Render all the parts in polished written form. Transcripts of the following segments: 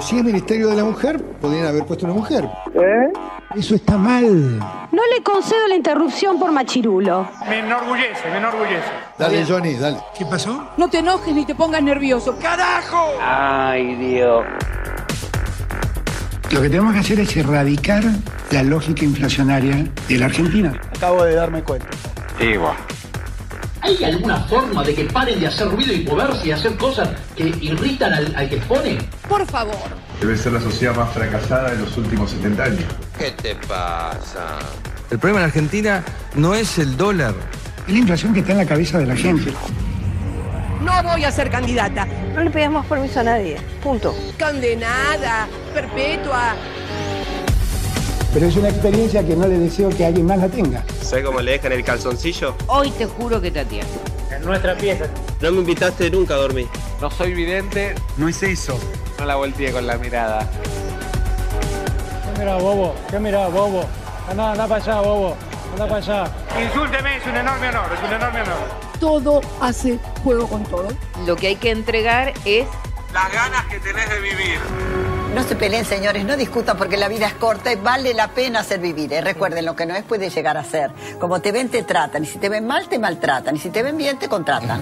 Si es Ministerio de la Mujer, podrían haber puesto una mujer. Eso está mal. No le concedo la interrupción por machirulo. Me enorgullece. Dale, Johnny, dale. ¿Qué pasó? No te enojes ni te pongas nervioso. ¡Carajo! Ay, Dios. Lo que tenemos que hacer es erradicar la lógica inflacionaria de la Argentina. Acabo de darme cuenta. Igual. ¿Hay alguna forma de que paren de hacer ruido y moverse y hacer cosas que irritan al que expone? Por favor. Debe ser la sociedad más fracasada de los últimos 70 años. ¿Qué te pasa? El problema en Argentina no es el dólar. Es la inflación que está en la cabeza de la gente. No voy a ser candidata. No le pedimos permiso a nadie. Punto. Condenada. Perpetua. Pero es una experiencia que no le deseo que alguien más la tenga. ¿Sabes cómo le dejan el calzoncillo? Hoy te juro que te atiendo. En nuestra pieza. No me invitaste nunca a dormir. No soy vidente. No es eso. No la volteé con la mirada. ¿Qué mirá, bobo? Anda para allá, bobo. Anda para allá. Insúlteme, es un enorme honor. Todo hace juego con todo. Lo que hay que entregar es Las ganas que tenés de vivir. No se peleen, señores, no discutan porque la vida es corta y vale la pena hacer vivir. Recuerden, lo que no es puede llegar a ser. Como te ven, te tratan. Y si te ven mal, te maltratan. Y si te ven bien, te contratan.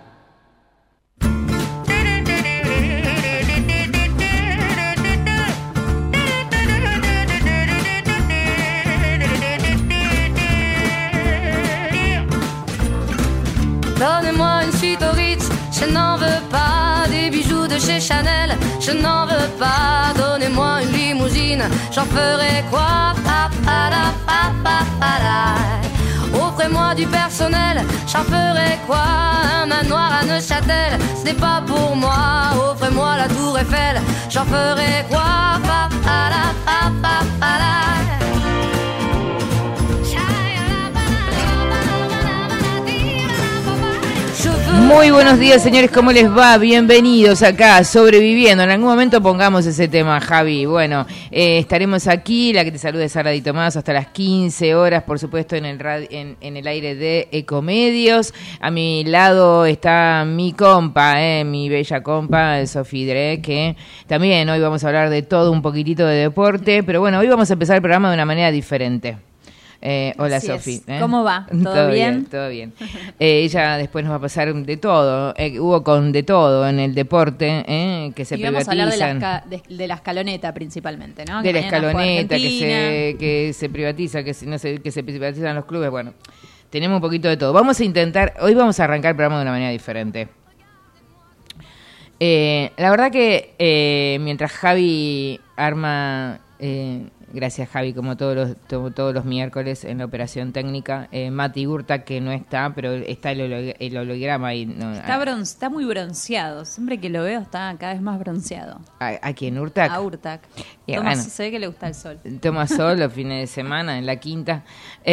Donnez-moi une suite au Ritz, je n'en veux pas. Des bijoux de chez Chanel, je n'en veux pas. Donnez-moi une limousine, j'en ferai quoi? Pa, pa, la, pa, pa, pa, la. Offrez-moi du personnel, j'en ferai quoi? Un manoir à Neuchâtel, ce n'est pas pour moi. Offrez-moi la tour Eiffel, j'en ferai quoi? Pa, pa, la, pa, pa, pa, la. Muy buenos días, señores, ¿cómo les va? Bienvenidos acá, Sobreviviendo. En algún momento pongamos ese tema, Javi. Bueno, estaremos aquí, la que te saluda es Sara Di Tomás, hasta las 15 horas, por supuesto, en el aire de Ecomedios. A mi lado está mi compa, mi bella compa, Sofi Dre, que también hoy vamos a hablar de todo, un poquitito de deporte, pero bueno, hoy vamos a empezar el programa de una manera diferente. Hola, Sofi. ¿Cómo va? ¿Todo bien? Todo bien. Ella después nos va a pasar de todo. Hubo con de todo en el deporte, que se privatizan. Vamos a hablar de la escaloneta principalmente, ¿no? De la escaloneta que se privatiza, que se privatizan los clubes. Bueno, tenemos un poquito de todo. Vamos a intentar, hoy vamos a arrancar el programa de una manera diferente. La verdad que mientras Javi arma... gracias, Javi, como todos los miércoles en la operación técnica. Mati Urtac, que no está, pero está el holograma ahí. No, está muy bronceado. Siempre que lo veo está cada vez más bronceado. ¿A quién? ¿Urtac? A Urtac. Bueno, se ve que le gusta el sol. Toma sol los fines de semana en la quinta.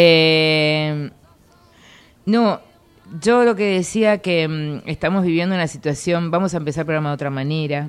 No, yo lo que decía que estamos viviendo una situación... Vamos a empezar el programa de otra manera.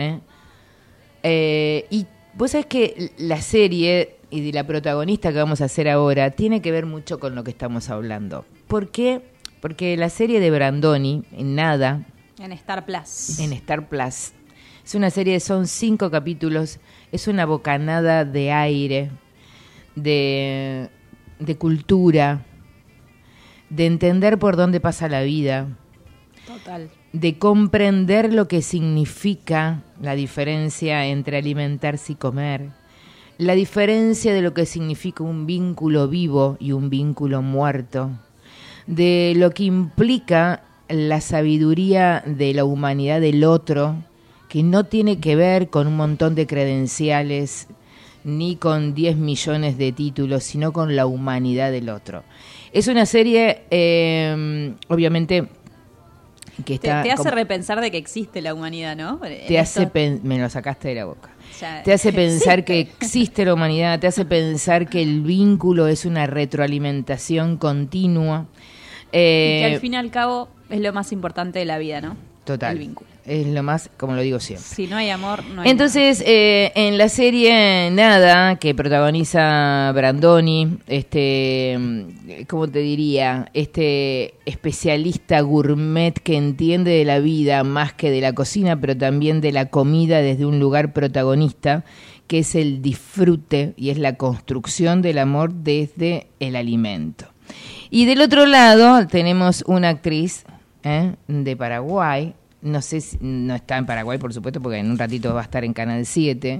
Y vos sabés que la serie y de la protagonista que vamos a hacer ahora tiene que ver mucho con lo que estamos hablando. ¿Por qué? Porque la serie de Brandoni, en Star Plus. En Star Plus. Es una serie, son 5 capítulos, es una bocanada de aire, de cultura, de entender por dónde pasa la vida. Total. De comprender lo que significa la diferencia entre alimentarse y comer, la diferencia de lo que significa un vínculo vivo y un vínculo muerto, de lo que implica la sabiduría de la humanidad del otro, que no tiene que ver con un montón de credenciales ni con 10 millones de títulos, sino con la humanidad del otro. Es una serie, obviamente... Que te hace repensar de que existe la humanidad, ¿no? Me lo sacaste de la boca. Te hace pensar que existe la humanidad, te hace pensar que el vínculo es una retroalimentación continua. Y que al fin y al cabo es lo más importante de la vida, ¿no? Total. El vínculo. Es lo más, como lo digo siempre. Si no hay amor, no hay Entonces, en la serie Nada, que protagoniza Brandoni, ¿cómo te diría? Este especialista gourmet que entiende de la vida más que de la cocina, pero también de la comida desde un lugar protagonista, que es el disfrute y es la construcción del amor desde el alimento. Y del otro lado tenemos una actriz de Paraguay, no sé si no está en Paraguay, por supuesto, porque en un ratito va a estar en Canal 7,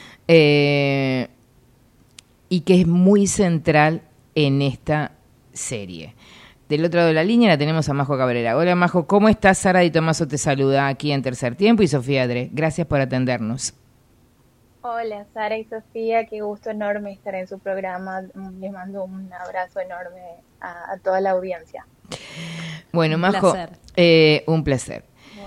y que es muy central en esta serie. Del otro lado de la línea la tenemos a Majo Cabrera. Hola Majo, ¿cómo estás? Sara Di Tomaso te saluda aquí en Tercer Tiempo y Sofía Adre. Gracias por atendernos. Hola Sara y Sofía, qué gusto enorme estar en su programa. Les mando un abrazo enorme a toda la audiencia. Bueno, Un Majo, placer. un placer.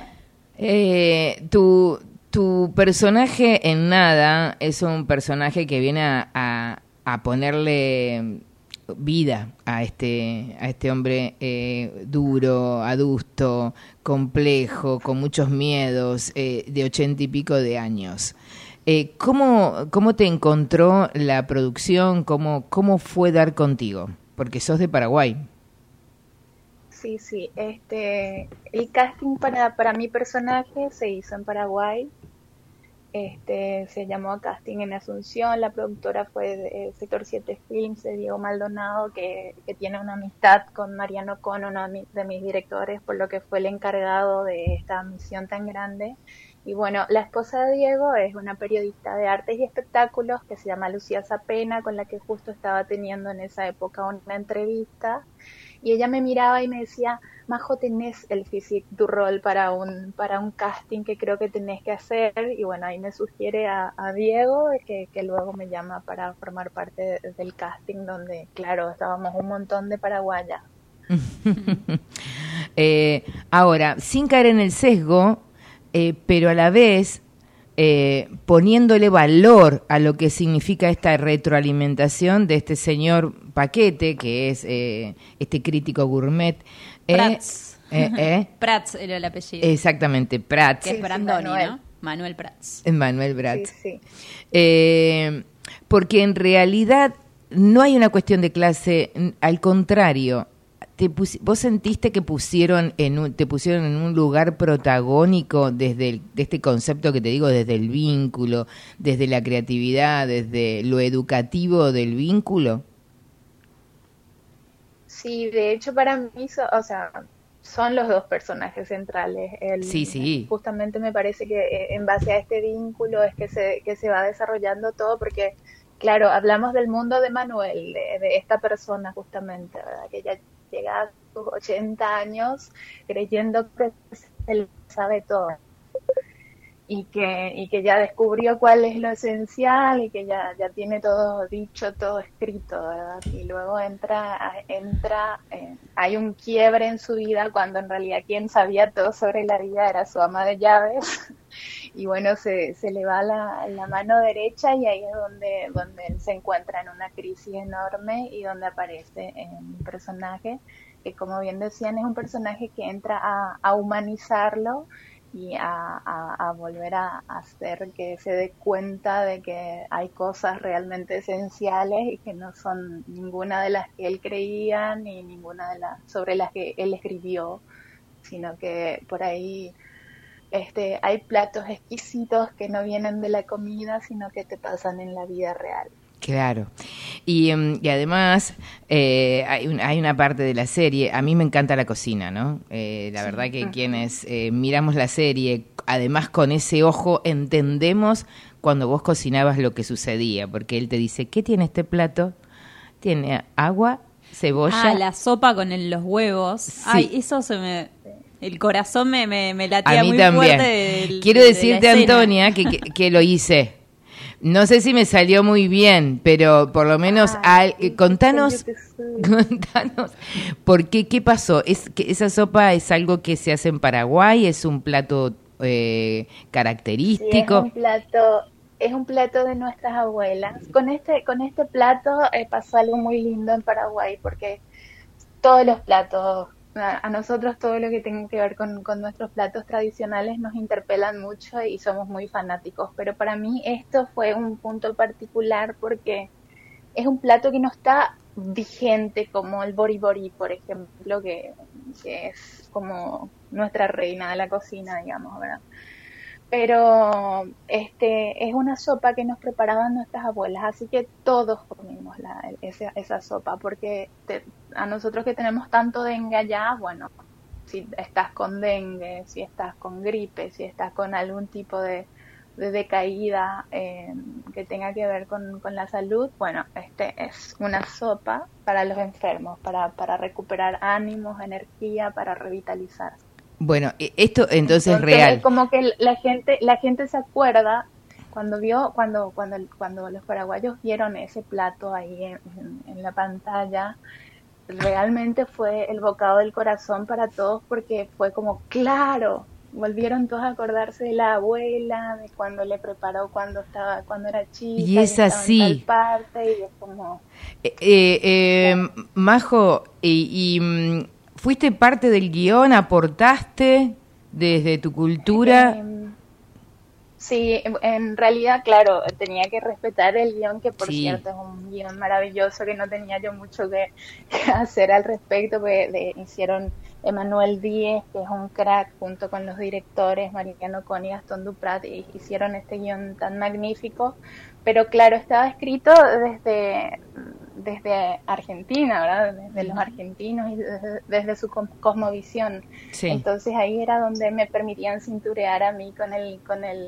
Tu personaje en Nada es un personaje que viene a ponerle vida a este hombre duro, adusto, complejo, con muchos miedos, de 80 y pico de años. ¿Cómo te encontró la producción? ¿Cómo fue dar contigo? Porque sos de Paraguay. Sí, el casting para mi personaje se hizo en Paraguay. Se llamó Casting en Asunción. La productora fue de Sector 7 Films, de Diego Maldonado, que tiene una amistad con Mariano Cono, uno de mis directores, por lo que fue el encargado de esta misión tan grande. Y bueno, la esposa de Diego es una periodista de artes y espectáculos que se llama Lucía Zapena, con la que justo estaba teniendo en esa época una entrevista. Y ella me miraba y me decía, Majo, tenés el physique du rol para un casting que creo que tenés que hacer. Y bueno, ahí me sugiere a Diego, que luego me llama para formar parte del casting, donde, claro, estábamos un montón de paraguayas. Ahora, sin caer en el sesgo, pero a la vez poniéndole valor a lo que significa esta retroalimentación de este señor Paquete, que es este crítico gourmet. Prats. Prats era el apellido. Exactamente, Prats. Que es Brandoni, ¿no? Manuel Prats. Manuel Prats. Sí. Porque en realidad no hay una cuestión de clase, al contrario. ¿Vos sentiste que te pusieron en un lugar protagónico de este concepto que te digo, desde el vínculo, desde la creatividad, desde lo educativo del vínculo? Sí, de hecho para mí, son los dos personajes centrales. Sí. Justamente me parece que en base a este vínculo es que se va desarrollando todo, porque claro, hablamos del mundo de Manuel, de esta persona justamente, ¿verdad? Que ya llega a sus 80 años creyendo que él sabe todo y que ya descubrió cuál es lo esencial y que ya tiene todo dicho, todo escrito, ¿verdad? Y luego hay un quiebre en su vida cuando en realidad quien sabía todo sobre la vida era su ama de llaves. Y bueno, se le va la mano derecha y ahí es donde él se encuentra en una crisis enorme y donde aparece un personaje que, como bien decían, es un personaje que entra a humanizarlo y a volver a hacer que se dé cuenta de que hay cosas realmente esenciales y que no son ninguna de las que él creía ni ninguna de las sobre las que él escribió, sino que por ahí hay platos exquisitos que no vienen de la comida, sino que te pasan en la vida real. Claro. Y además hay una parte de la serie, a mí me encanta la cocina, ¿no? La verdad que quienes miramos la serie, además con ese ojo, entendemos cuando vos cocinabas lo que sucedía, porque él te dice, ¿qué tiene este plato? Tiene agua, cebolla. La sopa con los huevos. Sí. Ay, eso el corazón me latía a mí muy también. Fuerte. Quiero decirte, Antonia, que lo hice. No sé si me salió muy bien, pero por lo menos contanos, ¿por qué pasó? ¿Es que esa sopa es algo que se hace en Paraguay? ¿Es un plato característico? Sí, es un plato de nuestras abuelas. Con este plato pasó algo muy lindo en Paraguay, porque todos los platos a nosotros todo lo que tenga que ver con nuestros platos tradicionales nos interpelan mucho y somos muy fanáticos, pero para mí esto fue un punto particular porque es un plato que no está vigente como el bori bori, por ejemplo, que es como nuestra reina de la cocina, digamos, ¿verdad? Pero es una sopa que nos preparaban nuestras abuelas, así que todos comimos esa sopa, porque a nosotros que tenemos tanto dengue allá, bueno, si estás con dengue, si estás con gripe, si estás con algún tipo de decaída que tenga que ver con la salud, bueno, es una sopa para los enfermos, para recuperar ánimos, energía, para revitalizar. Bueno, esto entonces es real. Como que la gente se acuerda cuando los paraguayos vieron ese plato ahí en la pantalla, realmente fue el bocado del corazón para todos, porque fue como, claro, volvieron todos a acordarse de la abuela, de cuando le preparó cuando era chica. Y es así. En tal parte, y es como... Majo, ¿fuiste parte del guión? ¿Aportaste desde tu cultura? Sí, en realidad, claro, tenía que respetar el guión, que por Sí. cierto es un guión maravilloso, que no tenía yo mucho que hacer al respecto, porque hicieron Emanuel Díez, que es un crack, junto con los directores Mariano Con y Gastón Duprat, y hicieron este guión tan magnífico, pero claro, estaba escrito desde Argentina, ¿verdad? Desde los argentinos y desde su cosmovisión. Sí. Entonces ahí era donde me permitían cinturear a mí con el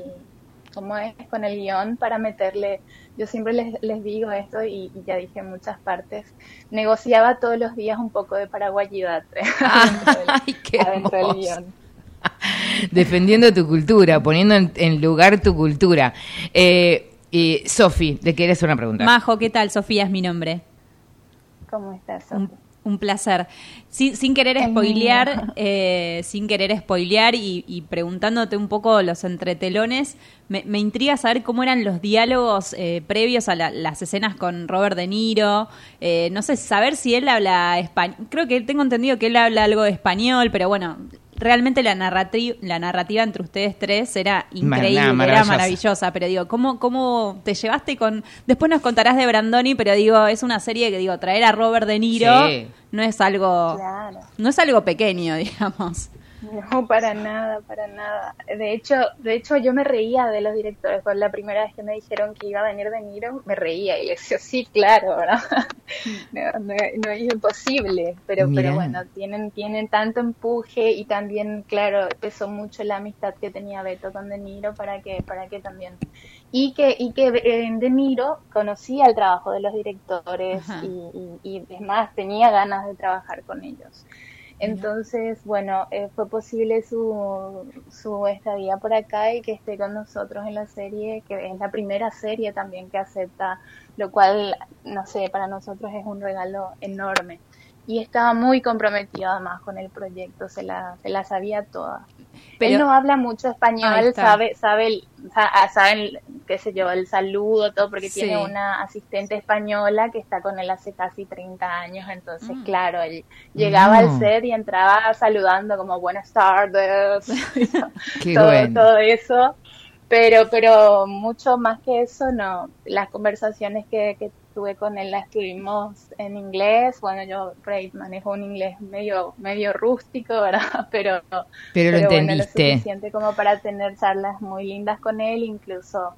guión para meterle. Yo siempre les digo esto, y ya dije en muchas partes, negociaba todos los días un poco de paraguayidad adentro del guión. Defendiendo tu cultura, poniendo en lugar tu cultura. Sofi, ¿le querés hacer una pregunta? Majo, ¿qué tal? Sofía es mi nombre. ¿Cómo estás, Sofi? Un placer. Sin querer spoilear, y preguntándote un poco los entretelones, me intriga saber cómo eran los diálogos previos a las escenas con Robert De Niro. No sé, saber si él habla español. Creo que tengo entendido que él habla algo de español, pero bueno, realmente la narrativa entre ustedes tres era increíble, era maravillosa. Pero digo, ¿cómo te llevaste con...? Después nos contarás de Brandoni, pero digo, es una serie que, digo, traer a Robert De Niro Sí. no es algo... Claro. No es algo pequeño, digamos. No, para nada, para nada. De hecho, yo me reía de los directores. Por la primera vez que me dijeron que iba a venir De Niro, me reía y les decía, sí, claro, ¿verdad? No es imposible, pero bueno, tienen tanto empuje, y también, claro, pesó mucho la amistad que tenía Beto con De Niro para que también... Y que De Niro conocía el trabajo de los directores y es más, tenía ganas de trabajar con ellos. Entonces, bueno, fue posible su estadía por acá y que esté con nosotros en la serie, que es la primera serie también que acepta, lo cual, no sé, para nosotros es un regalo enorme. Y estaba muy comprometido además con el proyecto, se la sabía toda. Pero él no habla mucho español, sabe qué sé yo, el saludo, todo, porque Sí. tiene una asistente española que está con él hace casi 30 años, entonces claro, él llegaba al set y entraba saludando como buenas tardes, todo eso, pero mucho más que eso no. Las conversaciones que tuve con él las tuvimos en inglés. Bueno, yo manejo un inglés medio rústico, ¿verdad? Pero lo bueno, entendiste. lo suficiente como para tener charlas muy lindas con él. Incluso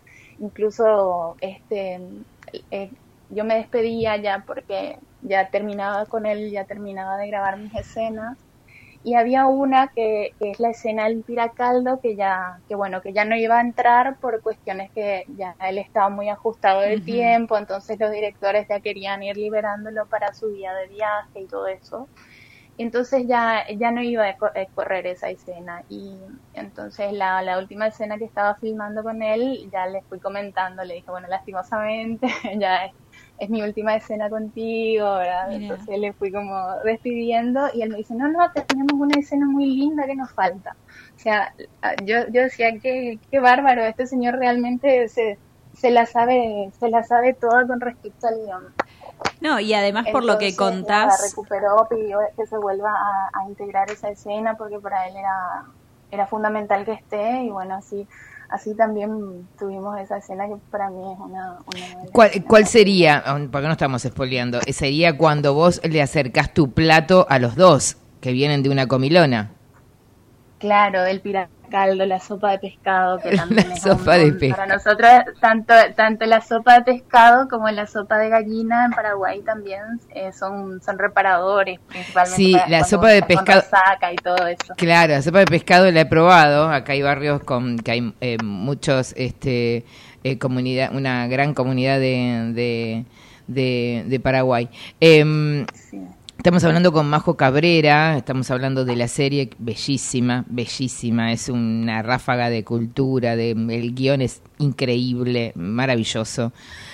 yo me despedía ya porque ya terminaba con él, ya terminaba de grabar mis escenas. Y había una que es la escena del Piracaldo, que ya no iba a entrar por cuestiones que ya él estaba muy ajustado del tiempo, entonces los directores ya querían ir liberándolo para su día de viaje y todo eso. Entonces ya no iba a correr esa escena, y entonces la última escena que estaba filmando con él, ya le fui comentando, le dije, bueno, lastimosamente ya es mi última escena contigo, ¿verdad? Mira. Entonces le fui como despidiendo, y él me dice, no, tenemos una escena muy linda que nos falta. O sea, yo decía, qué bárbaro, este señor realmente se la sabe toda con respecto al guión. No, y además por lo que contás... Nada, recuperó, pidió que se vuelva a integrar esa escena porque para él era fundamental que esté, y bueno, así también tuvimos esa escena que para mí es una ¿Cuál sería, porque no estamos spoileando, sería cuando vos le acercás tu plato a los dos, que vienen de una comilona? Claro, el piracaldo, la sopa de pescado, que también es para nosotros, tanto la sopa de pescado como la sopa de gallina en Paraguay también son reparadores, principalmente. Sí, la sopa de pescado. Saca y todo eso. Claro, la sopa de pescado la he probado. Acá hay barrios que hay muchos, comunidad, una gran comunidad de Paraguay. Sí. Estamos hablando con Majo Cabrera, estamos hablando de la serie, bellísima, es una ráfaga de cultura, el guión es increíble, maravilloso.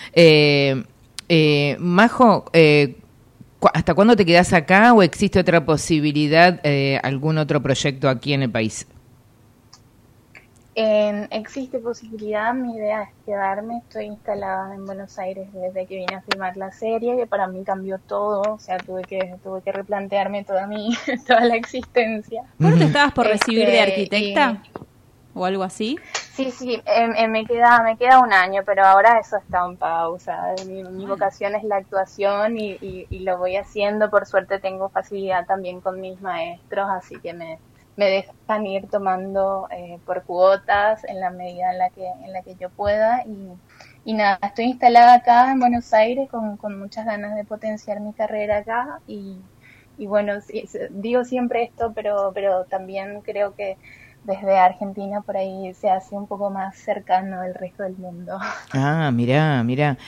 Majo, ¿hasta cuándo te quedás acá o existe otra posibilidad, algún otro proyecto aquí en el país? Existe posibilidad, mi idea es quedarme, estoy instalada en Buenos Aires desde que vine a filmar la serie, que para mí cambió todo, o sea, tuve que replantearme toda la existencia. ¿Por te estabas por recibir de arquitecta o algo así? Sí, me queda un año, pero ahora eso está en pausa. Mi vocación es la actuación y lo voy haciendo, por suerte tengo facilidad también con mis maestros, así que me dejan ir tomando por cuotas en la medida en la que yo pueda y nada, estoy instalada acá en Buenos Aires con muchas ganas de potenciar mi carrera acá y bueno, digo siempre esto, pero también creo que desde Argentina por ahí se hace un poco más cercano al resto del mundo. Ah, mirá.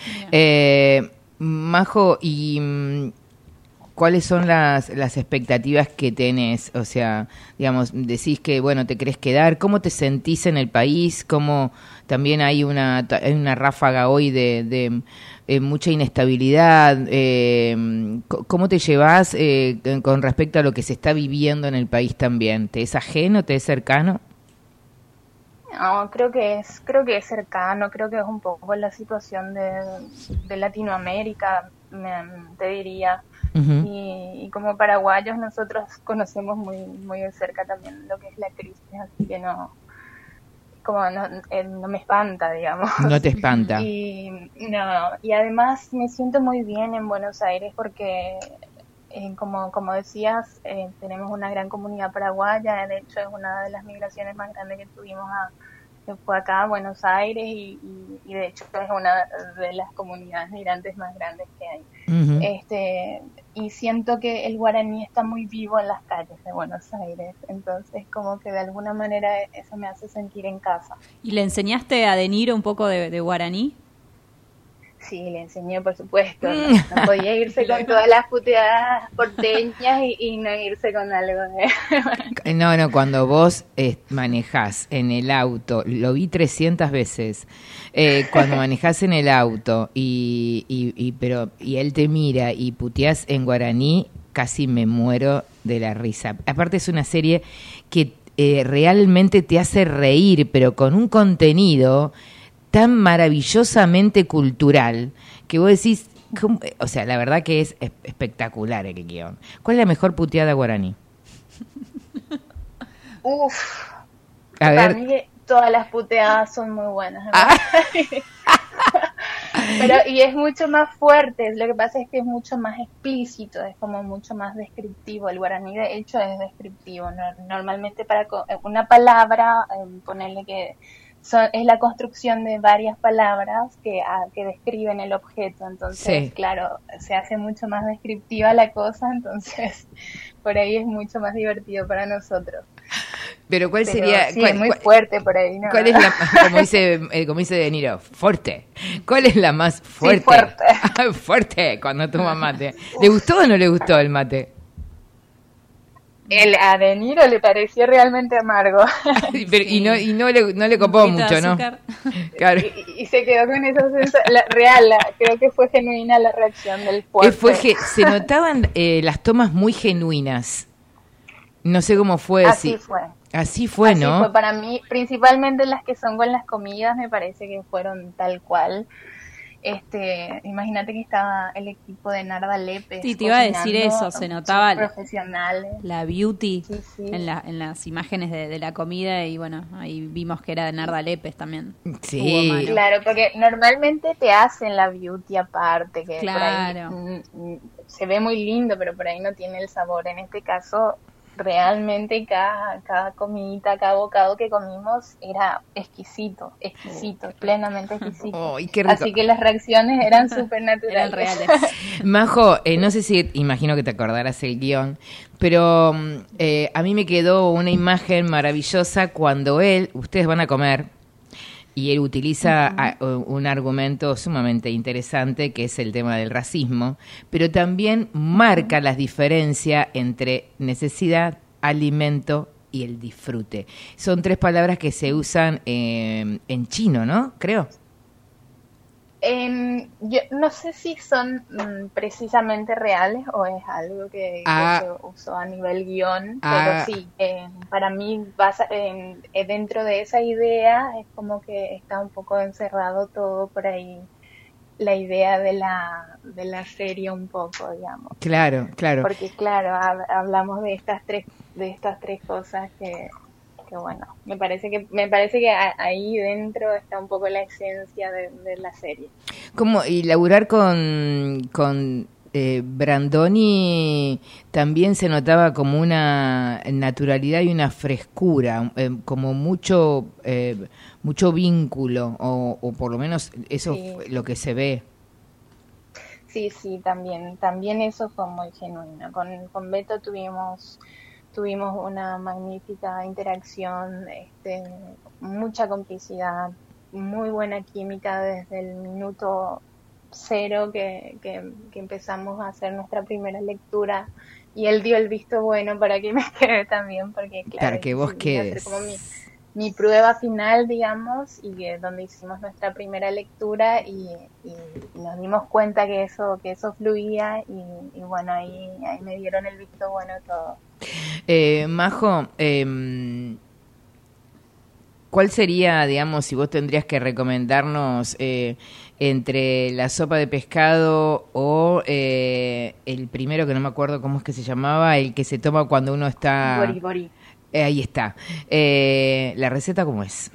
Majo, y ¿cuáles son las expectativas que tenés? O sea, digamos, decís que, bueno, te querés quedar. ¿Cómo te sentís en el país? ¿Cómo también hay una ráfaga hoy de mucha inestabilidad? ¿Cómo te llevás con respecto a lo que se está viviendo en el país también? ¿Te es ajeno? ¿Te es cercano? No, creo que es cercano. Creo que es un poco la situación de Latinoamérica, te diría. Uh-huh. Y como paraguayos nosotros conocemos muy de cerca también lo que es la crisis, así que no me espanta, digamos. No te espanta. Y además me siento muy bien en Buenos Aires porque como decías, tenemos una gran comunidad paraguaya, de hecho es una de las migraciones más grandes que tuvimos que fue acá a Buenos Aires y de hecho es una de las comunidades migrantes más grandes que hay. Uh-huh. Y siento que el guaraní está muy vivo en las calles de Buenos Aires, entonces como que de alguna manera eso me hace sentir en casa. ¿Y le enseñaste a De Niro un poco de guaraní? Sí, le enseñé, por supuesto. No podía irse con todas las puteadas porteñas y no irse con algo de... No, cuando vos manejás en el auto, lo vi 300 veces, cuando manejás en el auto y él te mira y puteás en guaraní, casi me muero de la risa. Aparte es una serie que realmente te hace reír, pero con un contenido tan maravillosamente cultural que vos decís, o sea, la verdad que es espectacular el guión. ¿Cuál es la mejor puteada guaraní? Para mí todas las puteadas son muy buenas. Pero y es mucho más fuerte, lo que pasa es que es mucho más explícito, es como mucho más descriptivo. El guaraní de hecho es descriptivo. Normalmente para una palabra, ponerle que es la construcción de varias palabras que describen el objeto, entonces, sí. Claro, se hace mucho más descriptiva la cosa, entonces por ahí es mucho más divertido para nosotros. Pero ¿cuál sería? Sí, es muy fuerte por ahí, ¿no? ¿Cuál es la, como dice De Niro, fuerte? ¿Cuál es la más fuerte? Sí, fuerte. Fuerte, cuando toma mate. ¿Le gustó o no le gustó el mate? A De Niro le pareció realmente amargo. Pero, y no le copó mucho, ¿no? Claro. Y se quedó con esa sensación real, creo que fue genuina la reacción del fuerte. Se notaban las tomas muy genuinas. No sé cómo fue. Así fue. Así fue, ¿no? Así fue para mí, principalmente las que son con las comidas, me parece que fueron tal cual. Imagínate que estaba el equipo de Narda Lépez. Sí, te iba a decir eso, se notaba profesionales. La beauty sí. En las imágenes de la comida, y bueno, ahí vimos que era de Narda Lépez también. Sí. Claro, porque normalmente te hacen la beauty aparte, que claro. Por ahí se ve muy lindo, pero por ahí no tiene el sabor. En este caso, realmente cada comidita, cada bocado que comimos era exquisito, plenamente exquisito. ¡Ay, qué rico! Así que las reacciones eran súper naturales. Eran reales. Majo, no sé si, imagino que te acordarás el guión, pero a mí me quedó una imagen maravillosa cuando ustedes van a comer, y él utiliza un argumento sumamente interesante, que es el tema del racismo, pero también marca las diferencias entre necesidad, alimento y el disfrute. Son 3 palabras que se usan en chino, ¿no? Creo. Yo no sé si son precisamente reales o es algo que se usó a nivel guión, pero sí, para mí dentro de esa idea es como que está un poco encerrado todo por ahí, la idea de la serie un poco, digamos. Claro. Porque claro, hablamos de estas tres cosas que bueno, me parece que ahí dentro está un poco la esencia de la serie. Y laburar con Brandoni también se notaba como una naturalidad y una frescura, como mucho vínculo, o por lo menos eso es lo que se ve. Sí, también eso fue muy genuino. Con Beto tuvimos una magnífica interacción, mucha complicidad, muy buena química desde el minuto 0 que empezamos a hacer nuestra primera lectura, y él dio el visto bueno para que me quede también, porque claro que vos quedes como mi prueba final, digamos, y que donde hicimos nuestra primera lectura y nos dimos cuenta que eso fluía, y bueno, ahí me dieron el visto bueno todo. Majo, ¿cuál sería, digamos, si vos tendrías que recomendarnos entre la sopa de pescado o el primero, que no me acuerdo cómo es que se llamaba, el que se toma cuando uno está... Bori. Ahí está. ¿La receta cómo es?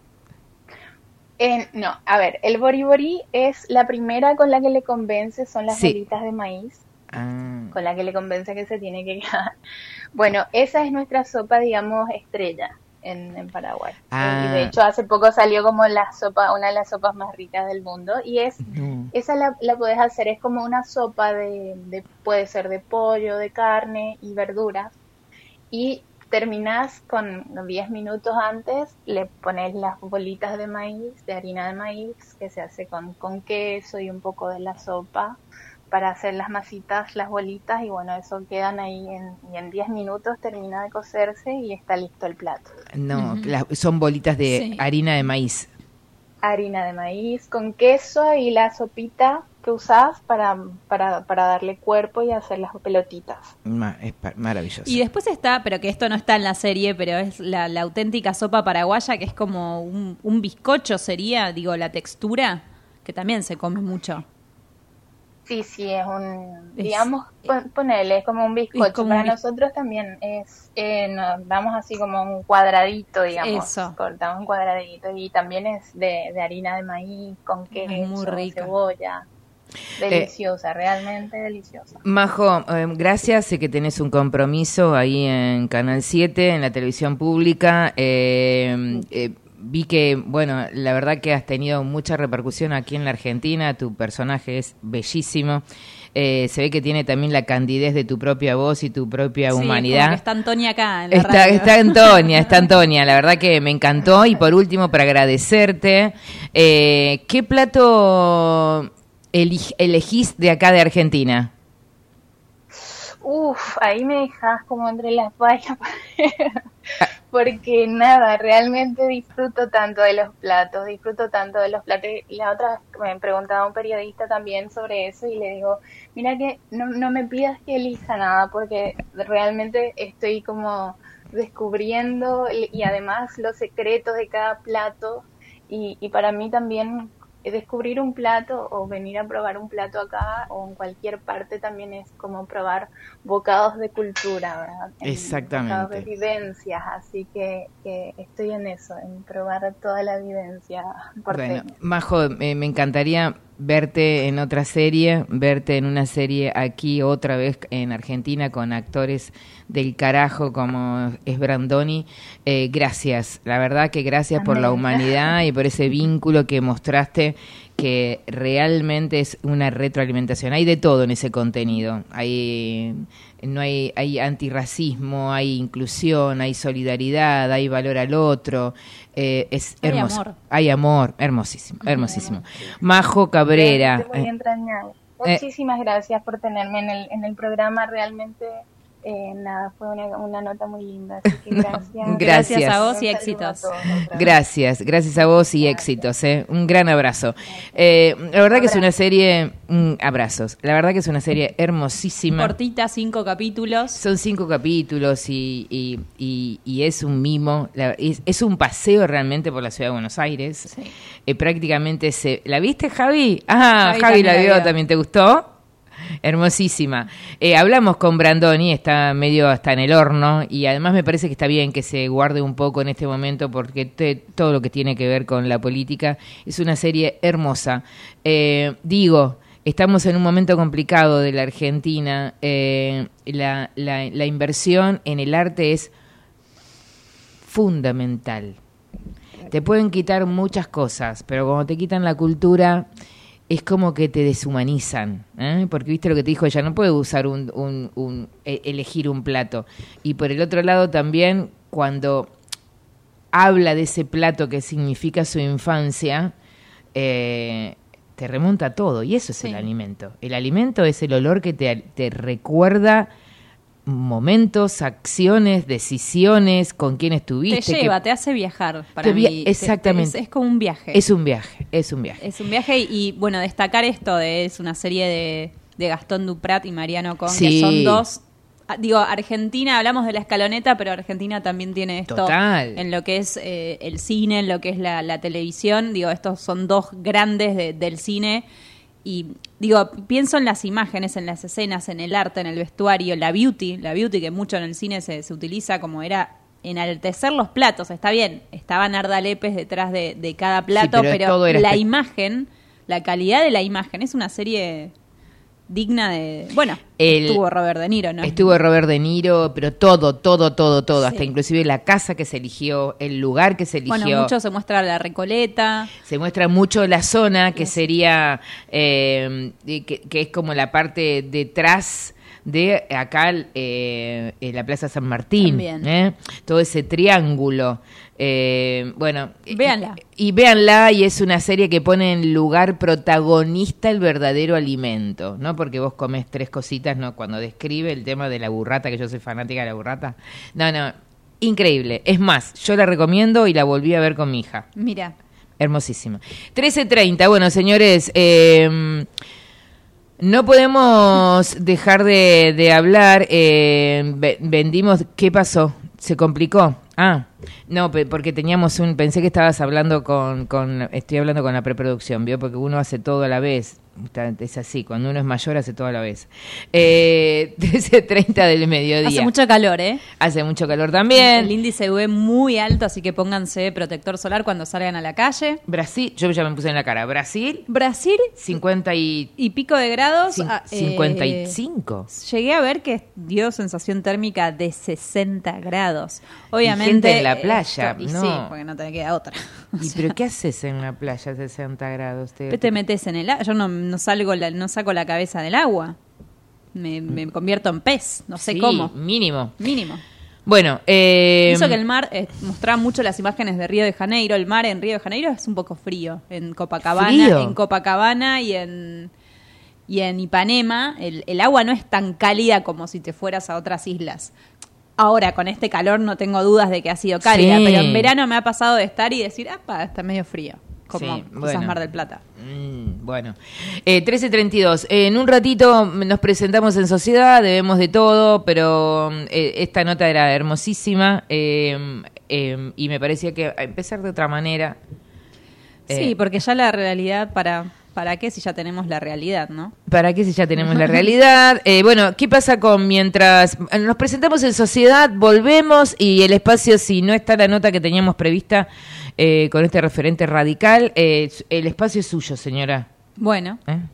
No, a ver, el bori es la primera con la que le convence, son las bolitas de maíz. Con la que le convence que se tiene que quedar. Bueno, esa es nuestra sopa, digamos, estrella en Paraguay. Y de hecho hace poco salió como una de las sopas más ricas del mundo, y esa la podés hacer, es como una sopa puede ser de pollo, de carne y verduras, y terminás con 10 minutos antes, le pones las bolitas de maíz, de harina de maíz, que se hace con queso y un poco de la sopa, para hacer las masitas, las bolitas, y bueno, eso quedan ahí y en 10 minutos termina de cocerse y está listo el plato. No, son bolitas de harina de maíz. Harina de maíz con queso y la sopita que usás para darle cuerpo y hacer las pelotitas. Es maravilloso. Y después está, pero que esto no está en la serie, pero es la auténtica sopa paraguaya, que es como un bizcocho, sería, digo, la textura, que también se come mucho. Sí, es digamos, ponele, es como un bizcocho. Para nosotros también nos damos así como un cuadradito, digamos. Eso. Cortamos un cuadradito, y también es de harina de maíz, con queso, cebolla. Deliciosa, realmente deliciosa. Majo, gracias. Sé que tenés un compromiso ahí en Canal 7, en la televisión pública. Vi que, bueno, la verdad que has tenido mucha repercusión aquí en la Argentina, tu personaje es bellísimo, se ve que tiene también la candidez de tu propia voz y tu propia humanidad. Como que está Antonia acá en la radio. Está Antonia, la verdad que me encantó. Y por último, para agradecerte, ¿qué plato elegís de acá de Argentina? Ahí me dejas como entre las vallas, porque nada, realmente disfruto tanto de los platos. La otra vez me preguntaba un periodista también sobre eso, y le digo, mira que no me pidas que elija nada, porque realmente estoy como descubriendo, y además los secretos de cada plato, y para mí también descubrir un plato o venir a probar un plato acá o en cualquier parte también es como probar bocados de cultura, ¿verdad? Exactamente. Bocados de vivencias, así que estoy en eso, en probar toda la vivencia porteña. Bueno, Majo, me encantaría verte en otra serie, verte en una serie aquí otra vez en Argentina con actores del carajo como es Brandoni. Gracias, la verdad que gracias por la humanidad y por ese vínculo que mostraste, que realmente es una retroalimentación. Hay de todo en ese contenido. Hay antirracismo, hay inclusión, hay solidaridad, hay valor al otro. Es hermoso. Hay amor, hermosísimo, hermosísimo. Majo Cabrera. Muy entrañable. Muchísimas gracias por tenerme en el programa, realmente. Nada, fue una nota muy linda, así que gracias. Gracias a vos y éxitos. Gracias a vos y éxitos. Un gran abrazo. La verdad que es una serie, abrazos. La verdad que es una serie hermosísima. Cortita, 5 capítulos. Son 5 capítulos y es un mimo. Es un paseo realmente por la ciudad de Buenos Aires. Sí. Prácticamente ¿La viste, Javi? Javi la vio, ¿también te gustó? Hermosísima. Hablamos con Brandoni, está medio hasta en el horno y además me parece que está bien que se guarde un poco en este momento porque todo lo que tiene que ver con la política es una serie hermosa. Estamos en un momento complicado de la Argentina. La inversión en el arte es fundamental. Te pueden quitar muchas cosas, pero cuando te quitan la cultura es como que te deshumanizan, porque viste lo que te dijo ella, no puede usar elegir un plato. Y por el otro lado también, cuando habla de ese plato que significa su infancia, te remonta a todo, y eso es el alimento. El alimento es el olor que te recuerda momentos, acciones, decisiones, con quién estuviste. Te lleva, te hace viajar. Para mí, exactamente. Es como un viaje. Es un viaje. Es un viaje y bueno, destacar esto es una serie de Gastón Duprat y Mariano Con, que son dos. Argentina, hablamos de La Escaloneta, pero Argentina también tiene esto. Total. En lo que es el cine, en lo que es la televisión. Estos son dos grandes del cine. Y pienso en las imágenes, en las escenas, en el arte, en el vestuario, la beauty que mucho en el cine se utiliza como era enaltecer los platos. Está bien, estaba Narda Lépez detrás de cada plato, pero la imagen, la calidad de la imagen, es una serie digna de... Bueno, estuvo Robert De Niro, ¿no? Estuvo Robert De Niro, pero todo, sí. Hasta inclusive la casa que se eligió, el lugar que se eligió. Bueno, mucho se muestra la Recoleta. Se muestra mucho la zona que sería, que es como la parte detrás de acá, la Plaza San Martín. Todo ese triángulo. Véanla. Y véanla, y es una serie que pone en lugar protagonista el verdadero alimento, no porque vos comés 3 cositas, no, cuando describe el tema de la burrata, que yo soy fanática de la burrata. No, increíble. Es más, yo la recomiendo y la volví a ver con mi hija. Mira. Hermosísima. 13:30, bueno, señores, no podemos dejar de hablar. Vendimos, ¿qué pasó? ¿Se complicó? No, porque pensé que estabas hablando estoy hablando con la preproducción, ¿vio? Porque uno hace todo a la vez. Es así, cuando uno es mayor hace todo a la vez. 13:30 del mediodía. Hace mucho calor, Hace mucho calor también. El índice UV muy alto, así que pónganse protector solar cuando salgan a la calle. Brasil, yo ya me puse en la cara. Brasil 50 y pico de grados. 55. Llegué a ver que dio sensación térmica de 60 grados. Obviamente. Y gente en la playa, no. Sí, porque no te queda otra. ¿Pero qué haces en la playa a 60 grados? Te metes en el agua. Yo no saco la cabeza del agua. Me convierto en pez. No sé cómo. Mínimo. Bueno, hizo que el mar mostraba mucho las imágenes de Río de Janeiro. El mar en Río de Janeiro es un poco frío. En Copacabana y en Ipanema el agua no es tan cálida como si te fueras a otras islas. Ahora, con este calor no tengo dudas de que ha sido cálida, pero en verano me ha pasado de estar y decir, está medio frío, como quizás Mar del Plata. Bueno, 13:32. En un ratito nos presentamos en Sociedad, debemos de todo, pero esta nota era hermosísima y me parecía que empezar de otra manera. Sí, porque ya la realidad, ¿para qué si ya tenemos la realidad, no? ¿Para qué si ya tenemos la realidad? Bueno, ¿qué pasa con mientras nos presentamos en sociedad, volvemos y el espacio, si no está la nota que teníamos prevista con este referente radical, el espacio es suyo, señora. Bueno.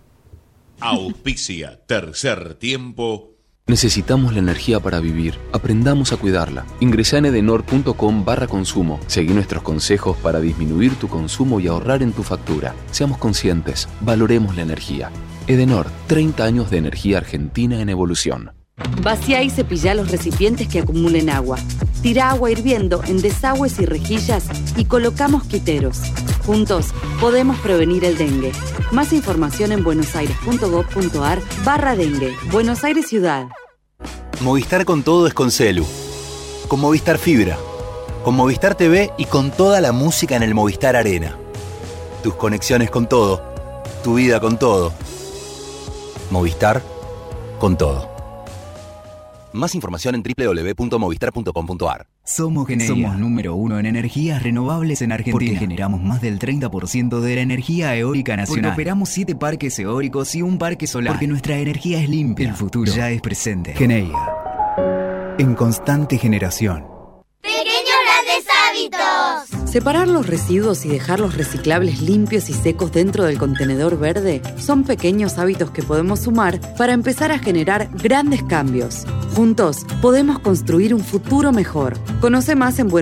Auspicia Tercer Tiempo. Necesitamos la energía para vivir. Aprendamos a cuidarla. Ingresá en edenor.com/consumo. Seguí nuestros consejos para disminuir tu consumo y ahorrar en tu factura. Seamos conscientes. Valoremos la energía. Edenor, 30 años de energía argentina en evolución. Vacía y cepillá los recipientes que acumulen agua. Tira agua hirviendo en desagües y rejillas y coloca mosquiteros. Juntos podemos prevenir el dengue. Más información en buenosaires.gov.ar/dengue. Buenos Aires Ciudad. Movistar con todo es con Celu. Con Movistar Fibra. Con Movistar TV y con toda la música en el Movistar Arena. Tus conexiones con todo. Tu vida con todo. Movistar con todo. Más información en www.movistar.com.ar. Somos número 1 en energías renovables en Argentina. Porque generamos más del 30% de la energía eólica nacional. Porque operamos 7 parques eólicos y un parque solar. Porque nuestra energía es limpia. El futuro ya es presente. Geneia. En constante generación. ¡Pequeños grandes hábitos! Separar los residuos y dejar los reciclables limpios y secos dentro del contenedor verde son pequeños hábitos que podemos sumar para empezar a generar grandes cambios. Juntos podemos construir un futuro mejor. Conoce más en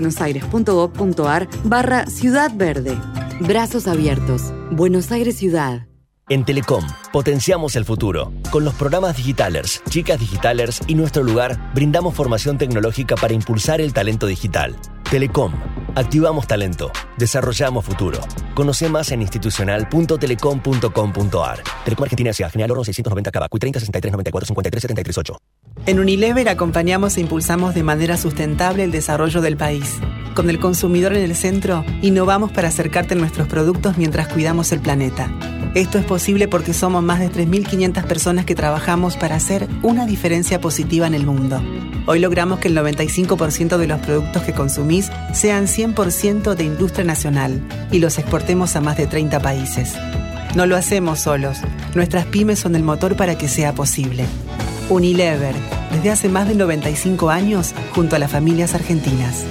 buenosaires.gov.ar/Ciudad Verde. Brazos abiertos. Buenos Aires Ciudad. En Telecom, potenciamos el futuro. Con los programas Digitalers, Chicas Digitalers y Nuestro Lugar, brindamos formación tecnológica para impulsar el talento digital. Telecom, activamos talento, desarrollamos futuro. Conoce más en institucional.telecom.com.ar. Telecom Argentina S.A. General Oro 690 Cava, Q 30 63 94 53 73 8. En Unilever acompañamos e impulsamos de manera sustentable el desarrollo del país. Con el consumidor en el centro, innovamos para acercarte a nuestros productos mientras cuidamos el planeta. Esto es posible porque somos más de 3.500 personas que trabajamos para hacer una diferencia positiva en el mundo. Hoy logramos que el 95% de los productos que consumís sean 100% de industria nacional y los exportemos a más de 30 países. No lo hacemos solos. Nuestras pymes son el motor para que sea posible. Unilever, desde hace más de 95 años, junto a las familias argentinas.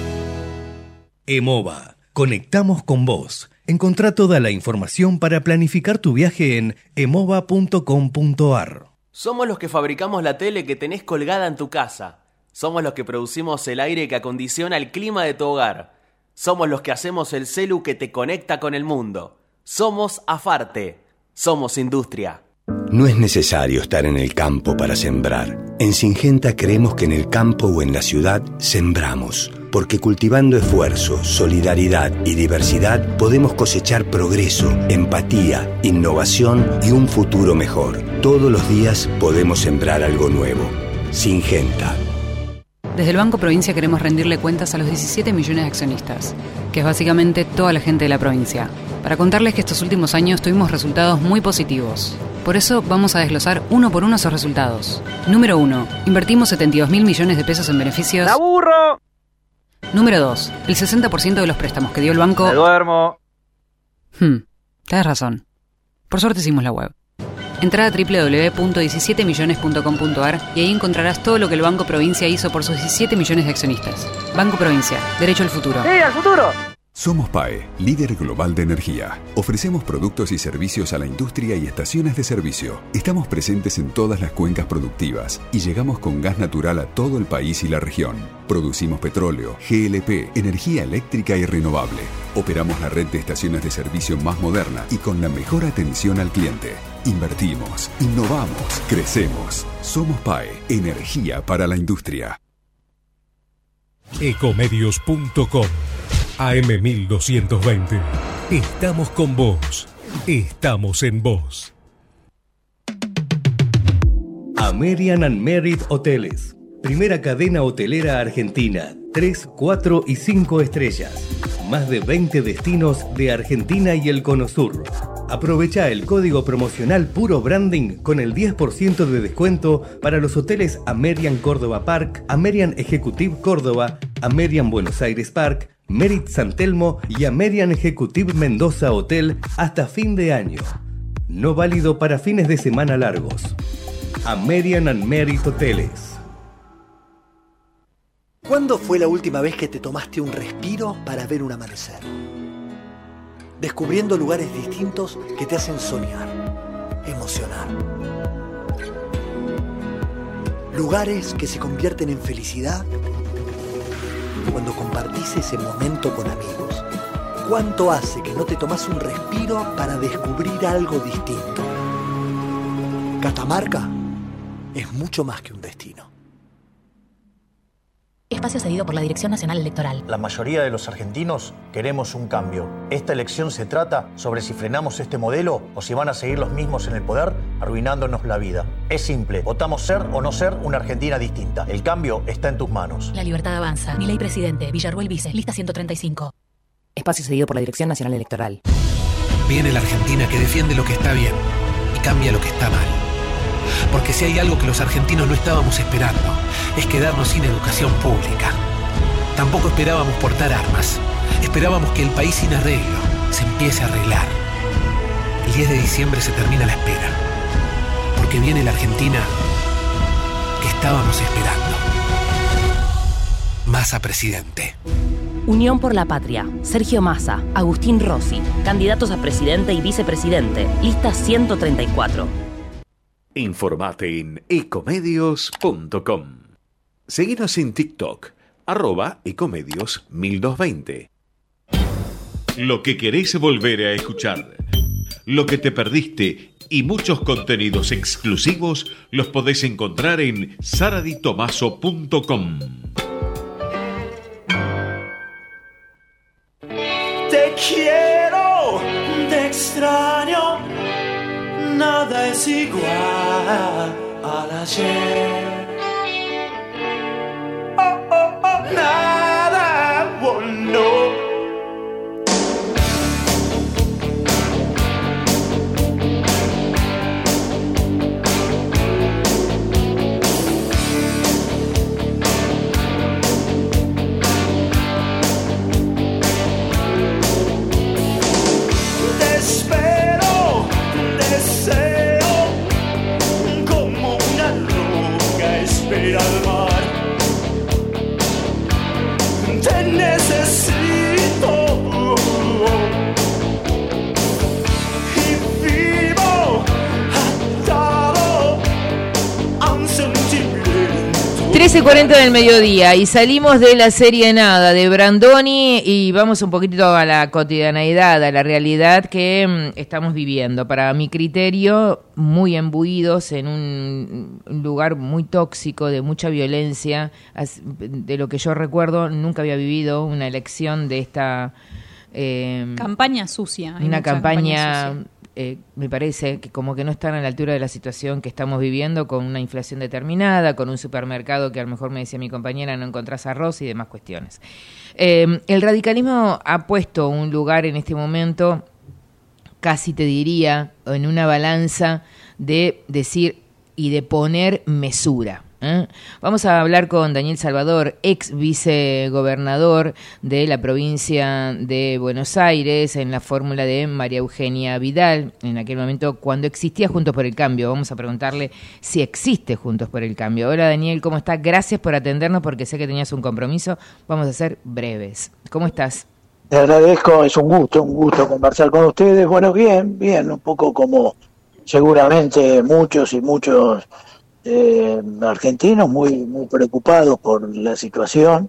EMOVA. Conectamos con vos. Encontrá toda la información para planificar tu viaje en emova.com.ar. Somos los que fabricamos la tele que tenés colgada en tu casa. Somos los que producimos el aire que acondiciona el clima de tu hogar. Somos los que hacemos el celu que te conecta con el mundo. Somos Afarte. Somos industria. No es necesario estar en el campo para sembrar. En Syngenta creemos que en el campo o en la ciudad sembramos. Porque cultivando esfuerzo, solidaridad y diversidad podemos cosechar progreso, empatía, innovación y un futuro mejor. Todos los días podemos sembrar algo nuevo. Syngenta. Desde el Banco Provincia queremos rendirle cuentas a los 17 millones de accionistas, que es básicamente toda la gente de la provincia, para contarles que estos últimos años tuvimos resultados muy positivos. Por eso vamos a desglosar uno por uno esos resultados. Número 1. Invertimos 72.000 millones de pesos en beneficios. ¡La burro! Número 2. El 60% de los préstamos que dio el banco... ¡Me duermo! Tienes razón. Por suerte hicimos la web. Entrá a www.17millones.com.ar y ahí encontrarás todo lo que el Banco Provincia hizo por sus 17 millones de accionistas. Banco Provincia, derecho al futuro. ¡Sí, al futuro! Somos PAE, líder global de energía. Ofrecemos productos y servicios a la industria y estaciones de servicio. Estamos presentes en todas las cuencas productivas y llegamos con gas natural a todo el país y la región. Producimos petróleo, GLP, energía eléctrica y renovable. Operamos la red de estaciones de servicio más moderna y con la mejor atención al cliente. Invertimos, innovamos, crecemos. Somos PAE, energía para la industria. Ecomedios.com AM1220. Estamos con vos. Estamos en vos. American and Merit Hoteles. Primera cadena hotelera argentina. 3, 4 y 5 estrellas. Más de 20 destinos de Argentina y el Cono Sur. Aprovecha el código promocional Puro Branding con el 10% de descuento para los hoteles American Córdoba Park, American Executive Córdoba, American Buenos Aires Park, Merit San Telmo y American Executive Mendoza Hotel hasta fin de año. No válido para fines de semana largos. American and Merit Hoteles. ¿Cuándo fue la última vez que te tomaste un respiro para ver un amanecer? Descubriendo lugares distintos que te hacen soñar, emocionar. Lugares que se convierten en felicidad cuando compartís ese momento con amigos. ¿Cuánto hace que no te tomás un respiro para descubrir algo distinto? Catamarca es mucho más que un destino. Espacio cedido por la Dirección Nacional Electoral. La mayoría de los argentinos queremos un cambio. Esta elección se trata sobre si frenamos este modelo o si van a seguir los mismos en el poder, arruinándonos la vida. Es simple, votamos ser o no ser una Argentina distinta. El cambio está en tus manos. La libertad avanza. Milei presidente, Villarruel vice, lista 135. Espacio cedido por la Dirección Nacional Electoral. Viene la Argentina que defiende lo que está bien y cambia lo que está mal. Porque si hay algo que los argentinos no estábamos esperando, es quedarnos sin educación pública. Tampoco esperábamos portar armas. Esperábamos que el país sin arreglo se empiece a arreglar. El 10 de diciembre se termina la espera. Porque viene la Argentina que estábamos esperando. Massa presidente. Unión por la Patria. Sergio Massa, Agustín Rossi, candidatos a presidente y vicepresidente. Lista 134. Informate en ecomedios.com. Seguinos en TikTok, @ecomedios1220. Lo que querés volver a escuchar, lo que te perdiste y muchos contenidos exclusivos los podés encontrar en saraditomaso.com. Te quiero, te extraño. Nada es igual al ayer. Oh, oh, oh, nada, oh, no. Te espero, deseo, como una roca espera al mar. Te necesito y vivo atado a un sentimiento. 13:40 del mediodía y salimos de la serie Nada de Brandoni y vamos un poquito a la cotidianeidad, a la realidad que estamos viviendo. Para mi criterio, muy embuidos en un lugar muy tóxico, de mucha violencia. De lo que yo recuerdo, nunca había vivido una elección de esta... campaña sucia. Una campaña me parece que como que no están a la altura de la situación que estamos viviendo, con una inflación determinada, con un supermercado que a lo mejor, me decía mi compañera, no encontrás arroz y demás cuestiones. El radicalismo ha puesto un lugar en este momento, casi te diría, en una balanza de decir y de poner mesura. Vamos a hablar con Daniel Salvador, ex vicegobernador de la provincia de Buenos Aires, en la fórmula de María Eugenia Vidal, en aquel momento cuando existía Juntos por el Cambio. Vamos a preguntarle si existe Juntos por el Cambio. Hola Daniel, ¿cómo estás? Gracias por atendernos porque sé que tenías un compromiso. Vamos a ser breves. ¿Cómo estás? Te agradezco, es un gusto conversar con ustedes. Bueno, bien, un poco como seguramente muchos argentinos muy preocupados por la situación.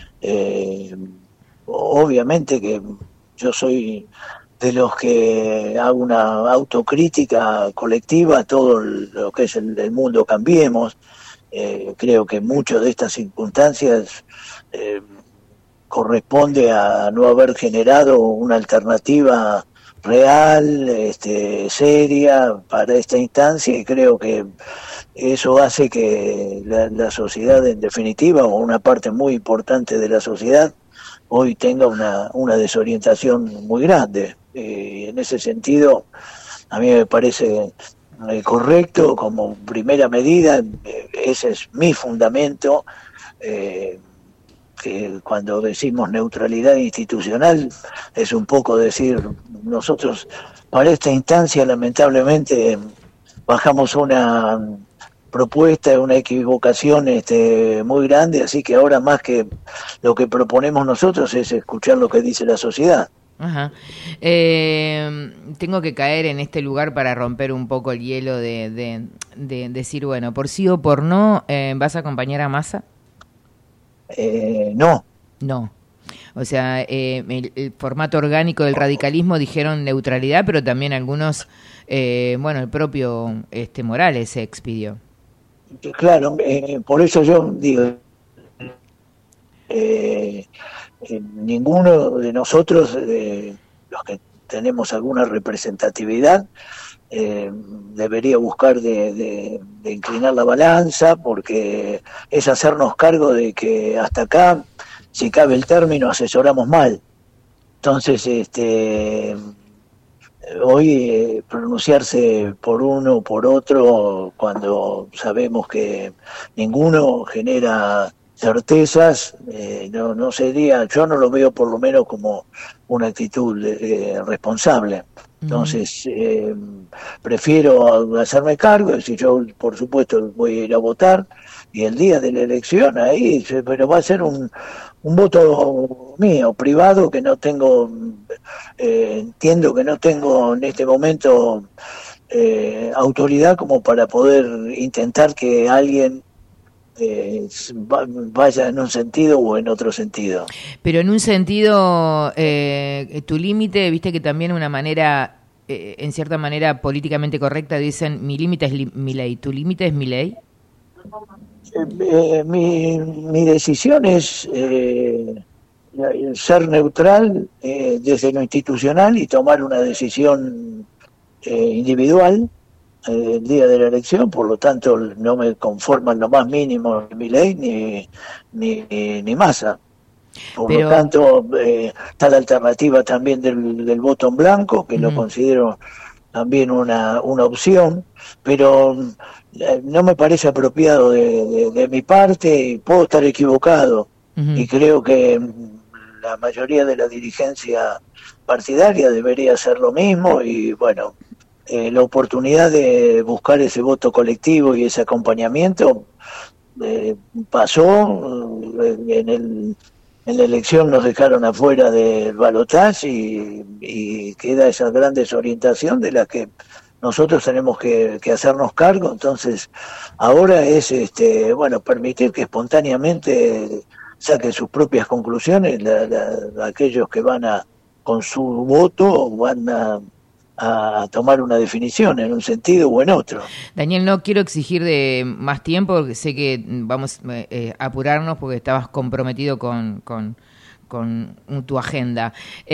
Obviamente que yo soy de los que hago una autocrítica colectiva a todo lo que es el mundo Cambiemos. Creo que muchas de estas circunstancias corresponde a no haber generado una alternativa real, seria para esta instancia, y creo que eso hace que la sociedad, en definitiva, o una parte muy importante de la sociedad, hoy tenga una desorientación muy grande. En ese sentido, a mí me parece correcto, como primera medida, ese es mi fundamento, que cuando decimos neutralidad institucional es un poco decir, nosotros para esta instancia lamentablemente bajamos una propuesta, una equivocación muy grande, así que ahora más que lo que proponemos nosotros es escuchar lo que dice la sociedad. Ajá. Tengo que caer en este lugar para romper un poco el hielo de decir, bueno, por sí o por no, ¿vas a acompañar a Massa? No. No. O sea, el formato orgánico del radicalismo dijeron neutralidad, pero también algunos, el propio Morales se expidió. Claro, por eso yo digo, ninguno de nosotros, los que tenemos alguna representatividad, debería buscar de inclinar la balanza, porque es hacernos cargo de que hasta acá, si cabe el término, asesoramos mal. Entonces, hoy pronunciarse por uno o por otro, cuando sabemos que ninguno genera certezas, no sería, yo no lo veo por lo menos como una actitud responsable. Entonces, prefiero hacerme cargo, decir, yo por supuesto voy a ir a votar, y el día de la elección ahí, pero va a ser un voto mío, privado, que no tengo, entiendo que no tengo en este momento autoridad como para poder intentar que alguien vaya en un sentido o en otro sentido. Pero en un sentido, tu límite, viste que también una manera, en cierta manera políticamente correcta, dicen, mi límite es mi ley, ¿tu límite es mi ley? Mi decisión es ser neutral desde lo institucional y tomar una decisión individual el día de la elección. Por lo tanto no me conforma en lo más mínimo mi ley ni Massa. Por lo tanto está la alternativa también del voto en blanco, que lo considero también una opción, pero no me parece apropiado de mi parte, y puedo estar equivocado, y creo que la mayoría de la dirigencia partidaria debería hacer lo mismo, y bueno, la oportunidad de buscar ese voto colectivo y ese acompañamiento pasó. En la elección nos dejaron afuera del balotaje y queda esa gran desorientación de la que nosotros tenemos que hacernos cargo. Entonces ahora es permitir que espontáneamente saquen sus propias conclusiones aquellos que van con su voto van a tomar una definición en un sentido o en otro. Daniel, no quiero exigir de más tiempo, porque sé que vamos a apurarnos porque estabas comprometido con tu agenda.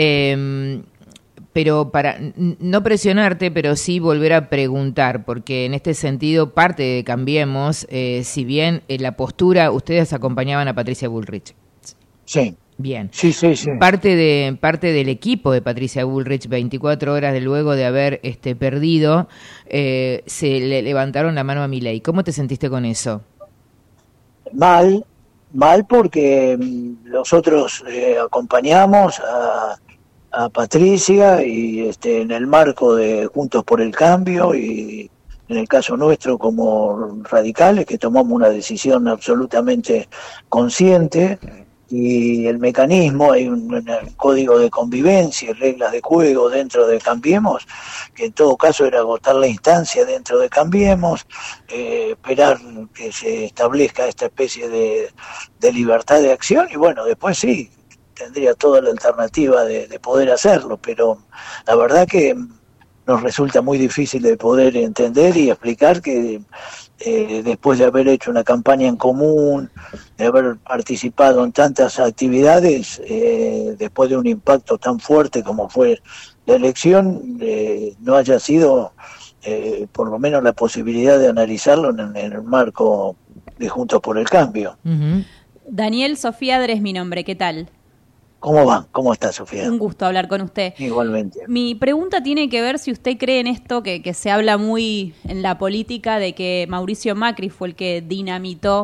Pero para no presionarte, pero sí volver a preguntar, porque en este sentido parte de Cambiemos, si bien en la postura ustedes acompañaban a Patricia Bullrich. Sí. Bien. Sí. Parte del equipo de Patricia Bullrich, 24 horas luego de haber perdido, se le levantaron la mano a Milei. ¿Cómo te sentiste con eso? Mal porque nosotros acompañamos a Patricia y en el marco de Juntos por el Cambio, y en el caso nuestro como radicales, que tomamos una decisión absolutamente consciente. Y el mecanismo, hay un código de convivencia y reglas de juego dentro de Cambiemos, que en todo caso era agotar la instancia dentro de Cambiemos, esperar que se establezca esta especie de libertad de acción, y bueno, después sí, tendría toda la alternativa de poder hacerlo, pero la verdad que nos resulta muy difícil de poder entender y explicar que después de haber hecho una campaña en común, de haber participado en tantas actividades, después de un impacto tan fuerte como fue la elección, no haya sido por lo menos la posibilidad de analizarlo en el marco de Juntos por el Cambio. Daniel, Sofía Adres, mi nombre, ¿qué tal? ¿Cómo va? ¿Cómo está, Sofía? Un gusto hablar con usted. Igualmente. Mi pregunta tiene que ver si usted cree en esto que se habla muy en la política, de que Mauricio Macri fue el que dinamitó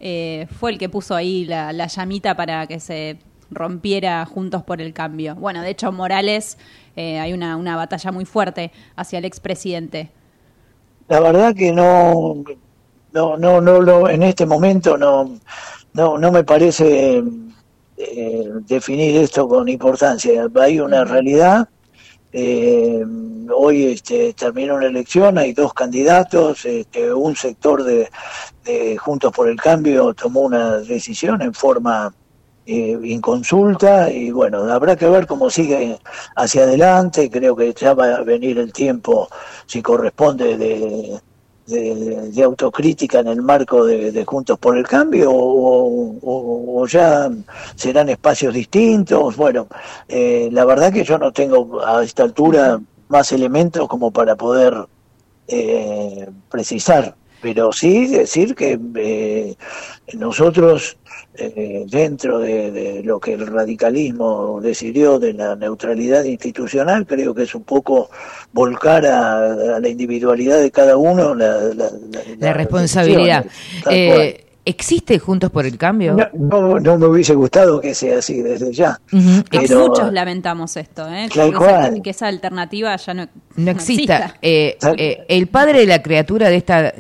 fue el que puso ahí la llamita para que se rompiera Juntos por el Cambio. Bueno, de hecho, Morales, hay una batalla muy fuerte hacia el expresidente. La verdad que no, en este momento no me parece definir esto con importancia. Hay una realidad. Hoy terminó una elección, hay dos candidatos, un sector de Juntos por el Cambio tomó una decisión en forma inconsulta, y bueno, habrá que ver cómo sigue hacia adelante. Creo que ya va a venir el tiempo, si corresponde, de autocrítica en el marco de Juntos por el Cambio, o ya serán espacios distintos. Bueno, la verdad que yo no tengo a esta altura más elementos como para poder precisar, pero sí decir que nosotros, dentro de lo que el radicalismo decidió de la neutralidad institucional, creo que es un poco volcar a la individualidad de cada uno la responsabilidad. ¿Existe Juntos por el Cambio? No me hubiese gustado que sea así desde ya. Pero muchos lamentamos esto, que esa alternativa ya no exista. El padre de la criatura de esta,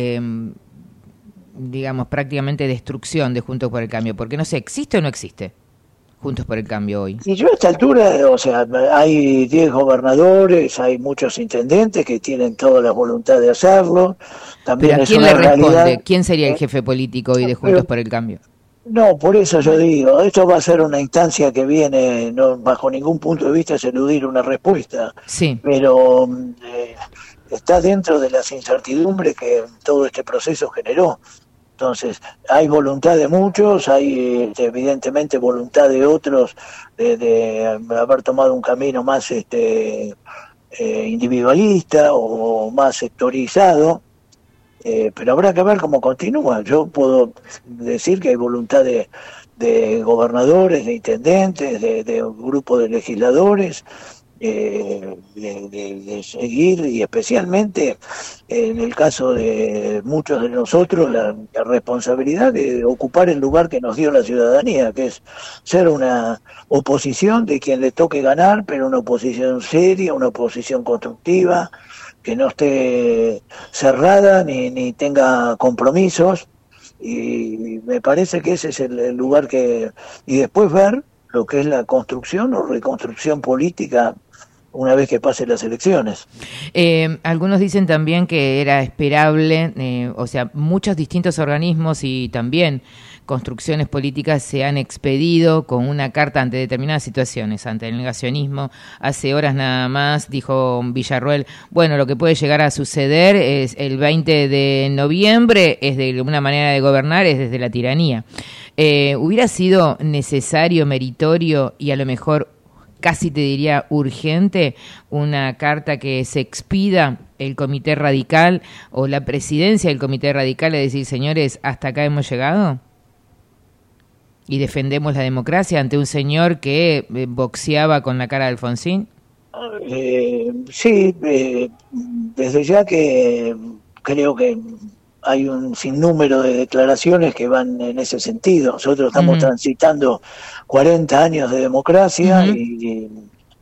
digamos, prácticamente destrucción de Juntos por el Cambio, porque no sé, ¿existe o no existe Juntos por el Cambio hoy? Y yo a esta altura, o sea, hay 10 gobernadores, hay muchos intendentes que tienen toda la voluntad de hacerlo. También ¿pero a quién le responde? ¿Quién sería el jefe político hoy de Juntos por el Cambio? No, por eso yo digo, esto va a ser una instancia que viene, no, bajo ningún punto de vista es eludir una respuesta, sí, pero está dentro de las incertidumbres que todo este proceso generó. Entonces, hay voluntad de muchos, hay evidentemente voluntad de otros de haber tomado un camino más individualista o más sectorizado, pero habrá que ver cómo continúa. Yo puedo decir que hay voluntad de gobernadores, de intendentes, de un grupo de legisladores, de seguir, y especialmente en el caso de muchos de nosotros, la responsabilidad de ocupar el lugar que nos dio la ciudadanía, que es ser una oposición de quien le toque ganar, pero una oposición seria, una oposición constructiva, que no esté cerrada ni tenga compromisos, y me parece que ese es el lugar que... y después ver lo que es la construcción o reconstrucción política una vez que pasen las elecciones. Algunos dicen también que era esperable, o sea, muchos distintos organismos y también construcciones políticas se han expedido con una carta ante determinadas situaciones, ante el negacionismo. Hace horas nada más dijo Villarruel, bueno, lo que puede llegar a suceder es el 20 de noviembre, es de una manera de gobernar, es desde la tiranía. ¿Hubiera sido necesario, meritorio y a lo mejor casi te diría urgente una carta que se expida el Comité Radical o la presidencia del Comité Radical es decir, señores, hasta acá hemos llegado y defendemos la democracia ante un señor que boxeaba con la cara de Alfonsín? Sí, desde ya que creo que hay un sinnúmero de declaraciones que van en ese sentido. Nosotros estamos transitando 40 años de democracia y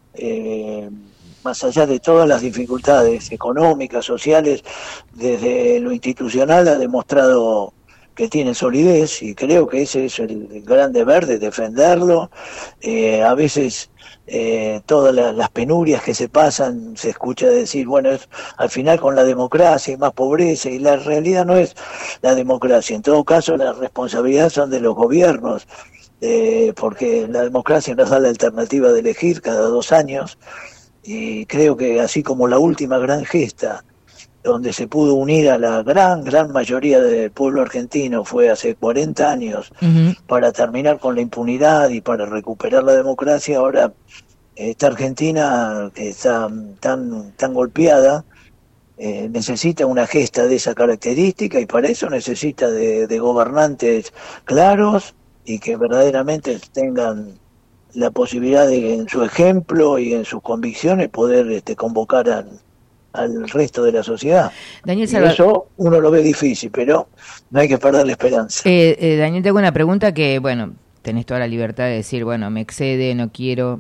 más allá de todas las dificultades económicas, sociales, desde lo institucional ha demostrado que tiene solidez, y creo que ese es el gran deber de defenderlo. A veces todas las penurias que se pasan, se escucha decir, bueno, al final con la democracia hay más pobreza, y la realidad no es la democracia. En todo caso, las responsabilidades son de los gobiernos, porque la democracia nos da la alternativa de elegir cada 2 años, y creo que así como la última gran gesta donde se pudo unir a la gran mayoría del pueblo argentino fue hace 40 años para terminar con la impunidad y para recuperar la democracia. Ahora esta Argentina que está tan golpeada necesita una gesta de esa característica, y para eso necesita de gobernantes claros y que verdaderamente tengan la posibilidad de, en su ejemplo y en sus convicciones, poder convocar al resto de la sociedad. Daniel Y Salvador, eso uno lo ve difícil, pero no hay que perder la esperanza. Daniel, te hago una pregunta que, bueno, tenés toda la libertad de decir, bueno, me excede, no quiero.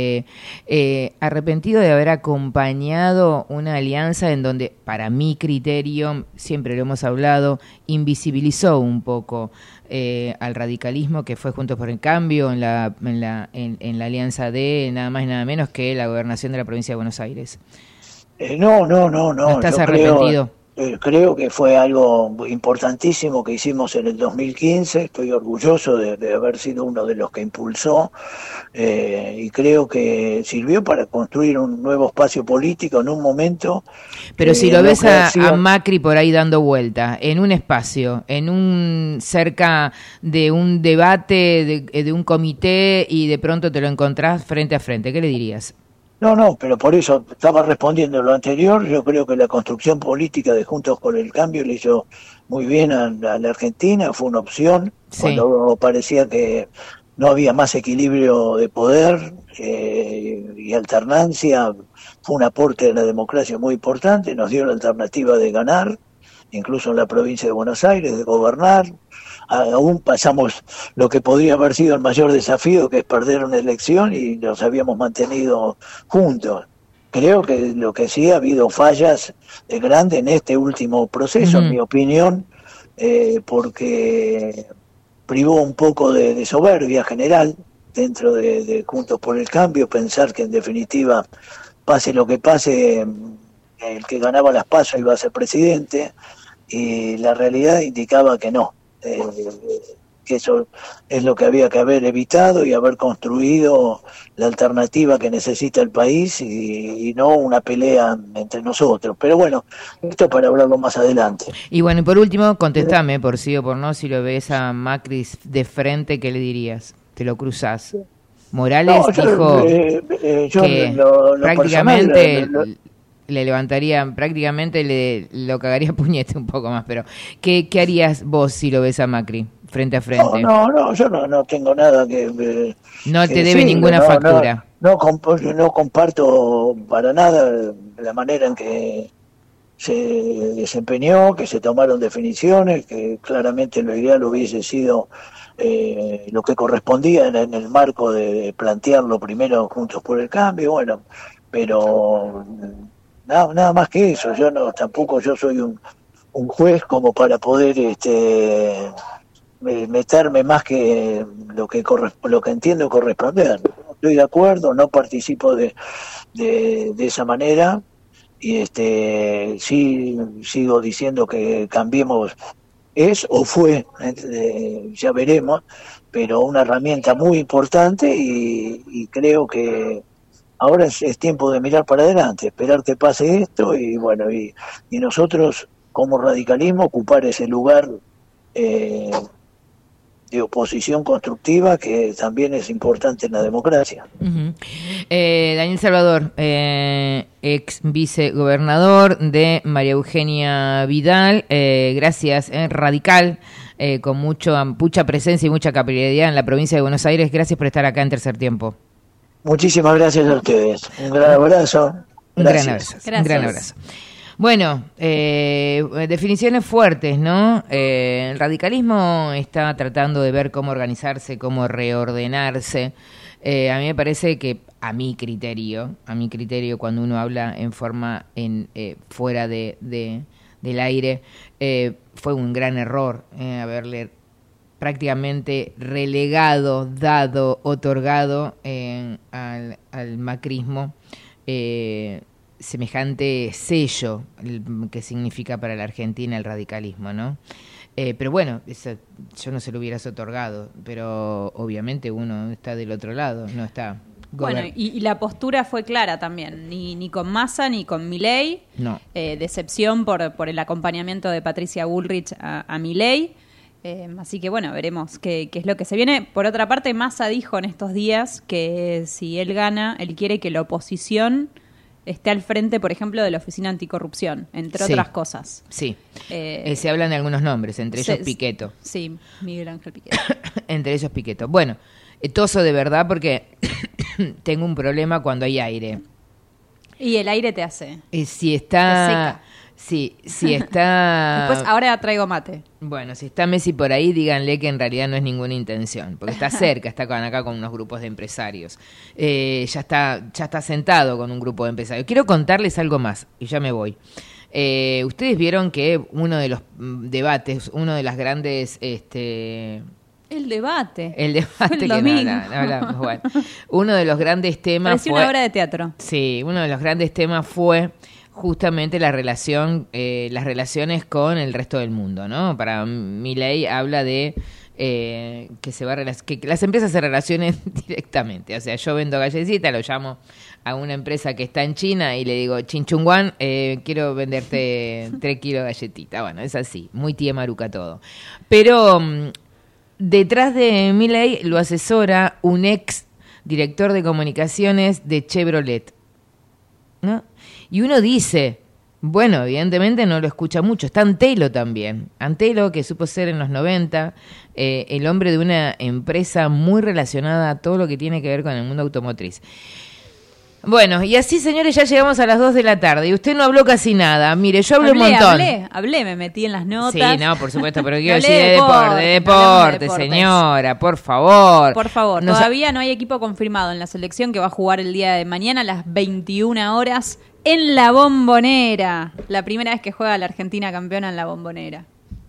Arrepentido de haber acompañado una alianza en donde, para mi criterio, siempre lo hemos hablado, invisibilizó un poco al radicalismo, que fue Juntos por el Cambio en la alianza de nada más y nada menos que la gobernación de la provincia de Buenos Aires. No. ¿No estás arrepentido? Creo que fue algo importantísimo que hicimos en el 2015. Estoy orgulloso de haber sido uno de los que impulsó y creo que sirvió para construir un nuevo espacio político en un momento. Pero si lo ves a Macri por ahí dando vuelta, en un espacio, cerca de un debate, de un comité, y de pronto te lo encontrás frente a frente, ¿qué le dirías? No, pero por eso estaba respondiendo lo anterior. Yo creo que la construcción política de Juntos por el Cambio le hizo muy bien a la Argentina, fue una opción, cuando parecía que no había más equilibrio de poder y alternancia, fue un aporte de la democracia muy importante, nos dio la alternativa de ganar, incluso en la provincia de Buenos Aires, de gobernar. Aún pasamos lo que podría haber sido el mayor desafío, que es perder una elección, y nos habíamos mantenido juntos. Creo que lo que sí ha habido fallas grandes en este último proceso, en mi opinión, porque privó un poco de soberbia general dentro de Juntos por el Cambio, pensar que en definitiva, pase lo que pase, el que ganaba las PASO iba a ser presidente, y la realidad indicaba que no. Que eso es lo que había que haber evitado y haber construido la alternativa que necesita el país y no una pelea entre nosotros. Pero bueno, esto para hablarlo más adelante. Y bueno, y por último, contestame por sí o por no, si lo ves a Macri de frente, ¿qué le dirías? ¿Te lo cruzás? Morales dijo que prácticamente le levantaría, prácticamente lo cagaría puñete un poco más, pero ¿qué harías vos si lo ves a Macri frente a frente? No, yo no tengo nada que... no te debe ninguna factura. No comparto para nada la manera en que se desempeñó, que se tomaron definiciones, que claramente lo ideal hubiese sido lo que correspondía en el marco de plantearlo primero Juntos por el Cambio, bueno, pero... Nada más que eso. Tampoco yo soy un juez como para poder meterme más que lo que entiendo corresponder. Estoy de acuerdo, no participo de esa manera, y sí sigo diciendo que Cambiemos es o fue, ya veremos, pero una herramienta muy importante, y creo que ahora es tiempo de mirar para adelante, esperar que pase esto, y bueno, y nosotros como radicalismo ocupar ese lugar de oposición constructiva, que también es importante en la democracia. Daniel Salvador, ex vicegobernador de María Eugenia Vidal, gracias, radical, con mucha presencia y mucha capilaridad en la provincia de Buenos Aires. Gracias por estar acá en Tercer Tiempo. Muchísimas gracias a ustedes. Un gran abrazo. Un gran abrazo. Bueno, definiciones fuertes, ¿no? El radicalismo está tratando de ver cómo organizarse, cómo reordenarse. A mí me parece que, a mi criterio, cuando uno habla en forma fuera del aire, fue un gran error haberle prácticamente relegado, otorgado al macrismo semejante sello que significa para la Argentina el radicalismo, ¿no? Pero bueno, yo no se lo hubieras otorgado, pero obviamente uno está del otro lado, no está... Bueno, y la postura fue clara también, ni con Massa ni con Milei, no. Decepción por el acompañamiento de Patricia Bullrich a Milei. Así que bueno, veremos qué es lo que se viene. Por otra parte, Massa dijo en estos días que si él gana, él quiere que la oposición esté al frente, por ejemplo, de la Oficina Anticorrupción, entre otras cosas. Sí, se hablan de algunos nombres, entre ellos Pichetto. Sí, Miguel Ángel Pichetto. Entre ellos Pichetto. Bueno, toso de verdad porque tengo un problema cuando hay aire. Y el aire te hace. Si está... Te seca. Sí, si está... Después, ahora traigo mate. Bueno, si está Messi por ahí, díganle que en realidad no es ninguna intención, porque está cerca, está acá con unos grupos de empresarios. Ya está sentado con un grupo de empresarios. Quiero contarles algo más, y ya me voy. Ustedes vieron que uno de los debates, uno de las grandes... El debate. El debate que no hablamos. Bueno, uno de los grandes temas parecía una obra de teatro. Sí, uno de los grandes temas fue justamente las relaciones con el resto del mundo, ¿no? Para Milei habla de que las empresas se relacionen directamente. O sea, yo vendo galletitas, lo llamo a una empresa que está en China y le digo, Chinchunguán, quiero venderte 3 kilos de galletitas. Bueno, es así, muy tía maruca todo. Pero detrás de Milei lo asesora un ex director de comunicaciones de Chevrolet, ¿no? Y uno dice, bueno, evidentemente no lo escucha mucho. Está Antelo también. Antelo, que supo ser en los 90 el hombre de una empresa muy relacionada a todo lo que tiene que ver con el mundo automotriz. Bueno, y así, señores, ya llegamos a las 2 de la tarde y usted no habló casi nada. Mire, yo hablé un montón. Hablé, me metí en las notas. Sí, no, por supuesto, pero quiero decir de deporte, señora, por favor. Por favor, todavía no hay equipo confirmado en la selección que va a jugar el día de mañana a las 21 horas en la Bombonera. La primera vez que juega la Argentina campeona en la Bombonera.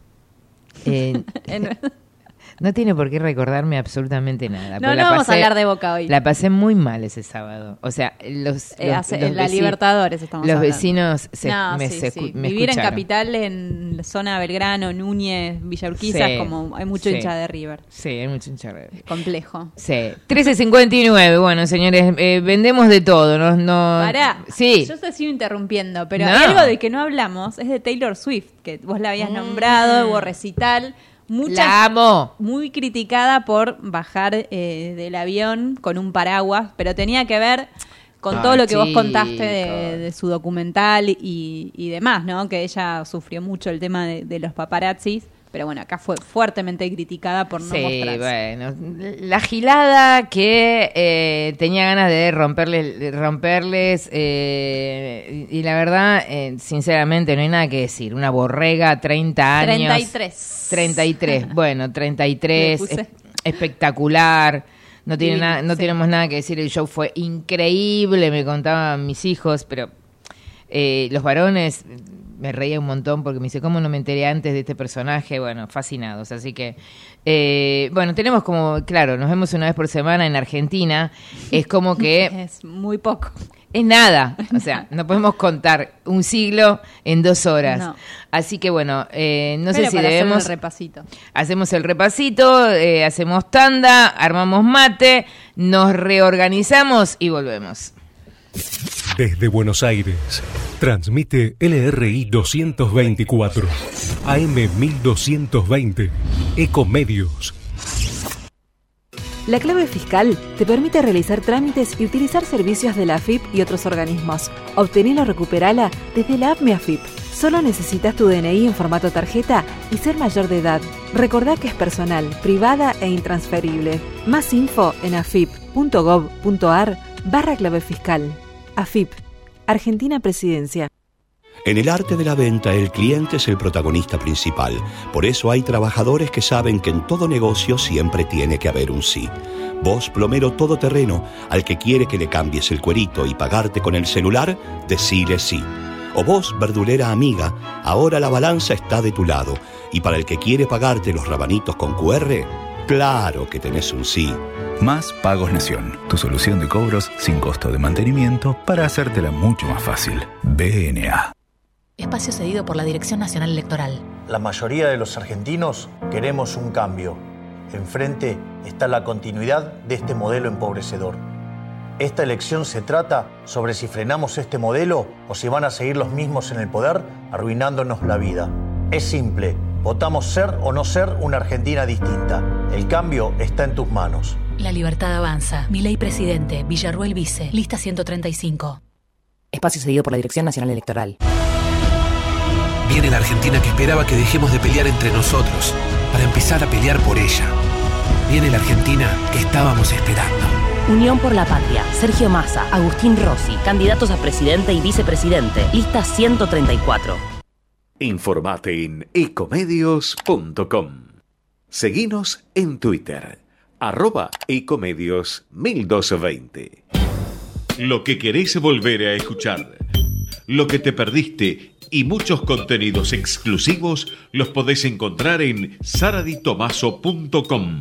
No tiene por qué recordarme absolutamente nada. No vamos a hablar de Boca hoy. La pasé muy mal ese sábado. O sea, la Libertadores estamos los hablando. Vecinos me Vivir escucharon. en Capital, en la zona Belgrano, Núñez, Villa Urquiza, como hay mucho hincha de River. Sí, hay mucho hincha de River. Complejo. Sí. 13:59. Bueno, señores, vendemos de todo. Pará. Sí. Yo te sigo interrumpiendo, pero algo de que no hablamos es de Taylor Swift, que vos la habías nombrado, hubo recital. La amo. Muy criticada por bajar del avión con un paraguas, pero tenía que ver con todo lo que vos contaste de su documental y demás, ¿no? Que ella sufrió mucho el tema de los paparazzis, pero bueno, acá fue fuertemente criticada por no mostrarse. Sí, bueno, la gilada que tenía ganas de romperles y la verdad, sinceramente, no hay nada que decir. Una borrega, 30 años. 33. Bueno, 33, espectacular. No tenemos nada que decir. El show fue increíble, me contaban mis hijos, pero los varones, me reía un montón porque me dice, ¿cómo no me enteré antes de este personaje? Bueno, fascinados. Así que, bueno, tenemos como, claro, nos vemos una vez por semana en Argentina. Es como que... Es muy poco. Es nada. O sea, no podemos contar un siglo en 2 horas. No. Así que, bueno, no sé si debemos... Hacer el repasito. Hacemos el repasito, hacemos tanda, armamos mate, nos reorganizamos y volvemos. Desde Buenos Aires, transmite LRI 224, AM 1220, Ecomedios. La clave fiscal te permite realizar trámites y utilizar servicios de la AFIP y otros organismos. Obtenela o recuperala desde la app Mi AFIP. Solo necesitas tu DNI en formato tarjeta y ser mayor de edad. Recordá que es personal, privada e intransferible. Más info en afip.gov.ar/clave fiscal. AFIP, Argentina Presidencia. En el arte de la venta, el cliente es el protagonista principal. Por eso hay trabajadores que saben que en todo negocio siempre tiene que haber un sí. Vos, plomero todoterreno, al que quiere que le cambies el cuerito y pagarte con el celular, decile sí. O vos, verdulera amiga, ahora la balanza está de tu lado. Y para el que quiere pagarte los rabanitos con QR, claro que tenés un sí. Más Pagos Nación, tu solución de cobros sin costo de mantenimiento para hacértela mucho más fácil. BNA. Espacio cedido por la Dirección Nacional Electoral. La mayoría de los argentinos queremos un cambio. Enfrente está la continuidad de este modelo empobrecedor. Esta elección se trata sobre si frenamos este modelo o si van a seguir los mismos en el poder, arruinándonos la vida. Es simple, votamos ser o no ser una Argentina distinta. El cambio está en tus manos. La libertad avanza. Milei presidente, Villarruel vice, lista 135. Espacio cedido por la Dirección Nacional Electoral. Viene la Argentina que esperaba que dejemos de pelear entre nosotros para empezar a pelear por ella. Viene la Argentina que estábamos esperando. Unión por la Patria, Sergio Massa, Agustín Rossi, candidatos a presidente y vicepresidente, lista 134. Informate en ecomedios.com. Seguinos en Twitter, @ecomedios1220. Lo que querés volver a escuchar, lo que te perdiste y muchos contenidos exclusivos los podés encontrar en saraditomaso.com.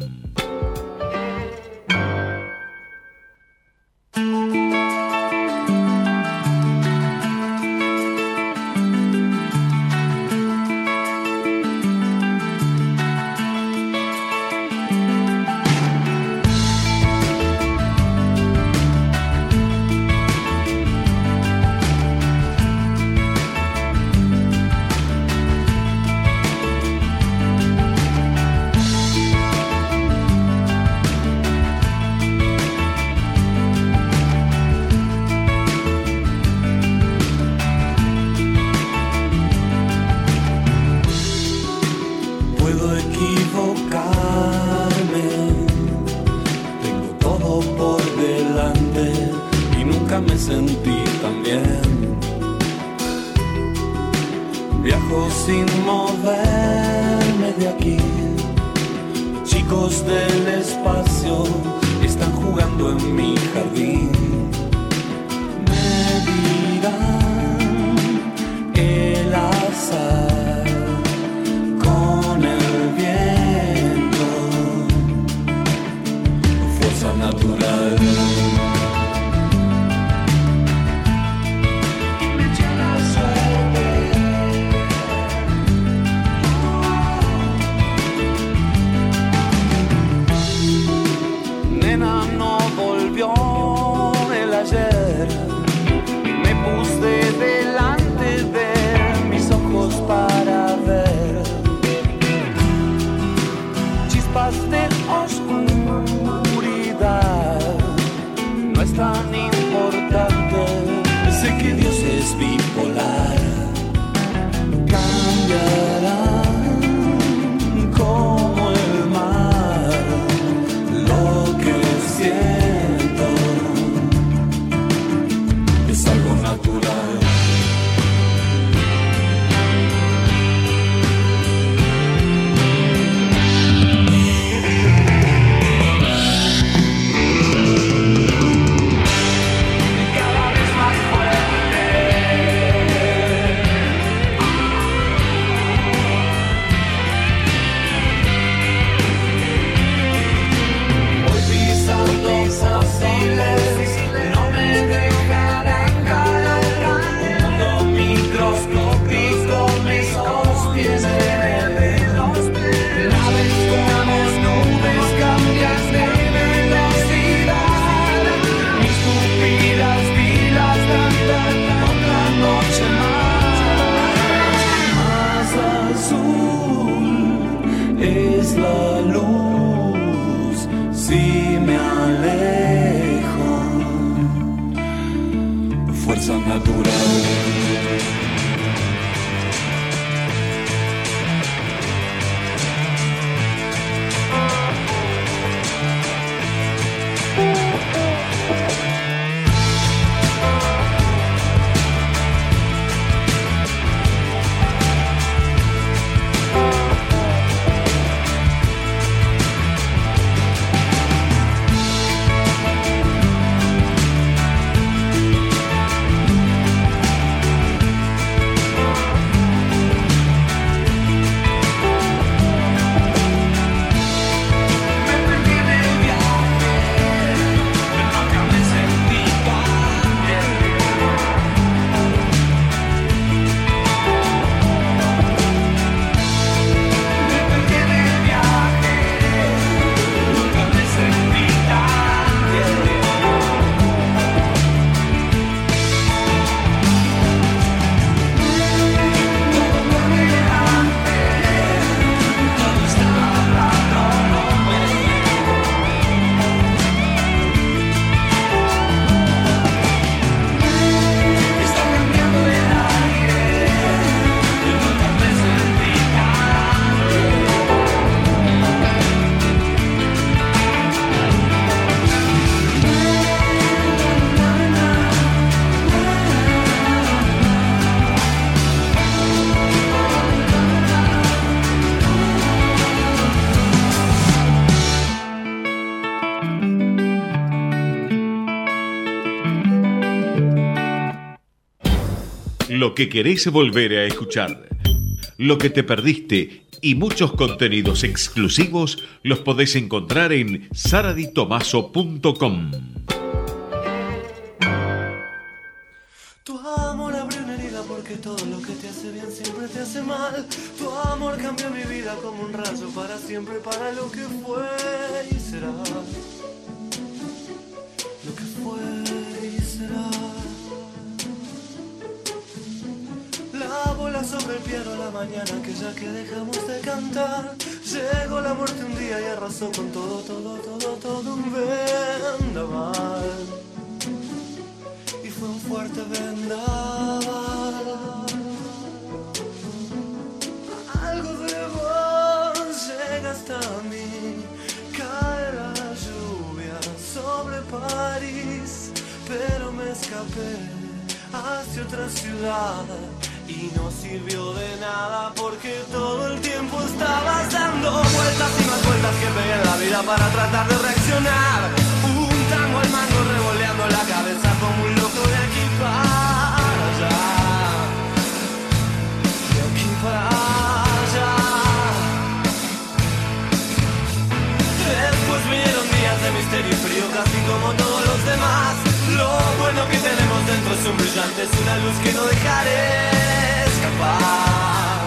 lo que querés volver a escuchar, lo que te perdiste y muchos contenidos exclusivos los podés encontrar en saraditomaso.com. Tu amor abrió una herida porque todo lo que te hace bien siempre te hace mal. Tu amor cambió mi vida como un rayo para siempre, para lo que fue y será. Lo que fue y será. La bola sobre el piano la mañana aquella que dejamos de cantar. Llegó la muerte un día y arrasó con todo un vendaval. Y fue un fuerte vendaval. Algo de vos llega hasta mí. Cae la lluvia sobre París, pero me escapé hacia otra ciudad. Y no sirvió de nada porque todo el tiempo estabas dando vueltas y más vueltas que pegué en la vida para tratar de reaccionar. Un tango al mango revoleando la cabeza como un loco de aquí para allá. De aquí para allá. Después vinieron días de misterio y frío casi como todos los demás. Lo bueno que tenemos dentro es un brillante, es una luz que no dejaré escapar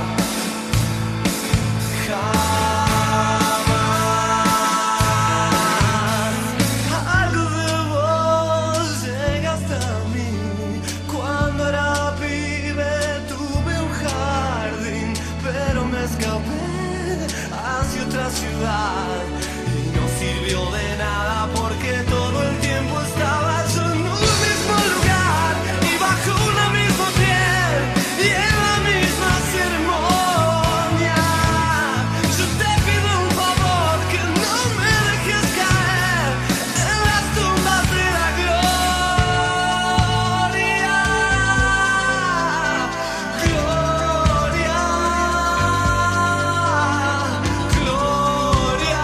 jamás. Algo de vos llega hasta mí. Cuando era pibe tuve un jardín, pero me escapé hacia otra ciudad y no sirvió de nada porque todo el tiempo estaba yo en un mismo lugar y bajo una misma piel y en la misma ceremonia. Yo te pido un favor, que no me dejes caer en las tumbas de la gloria. Gloria, gloria.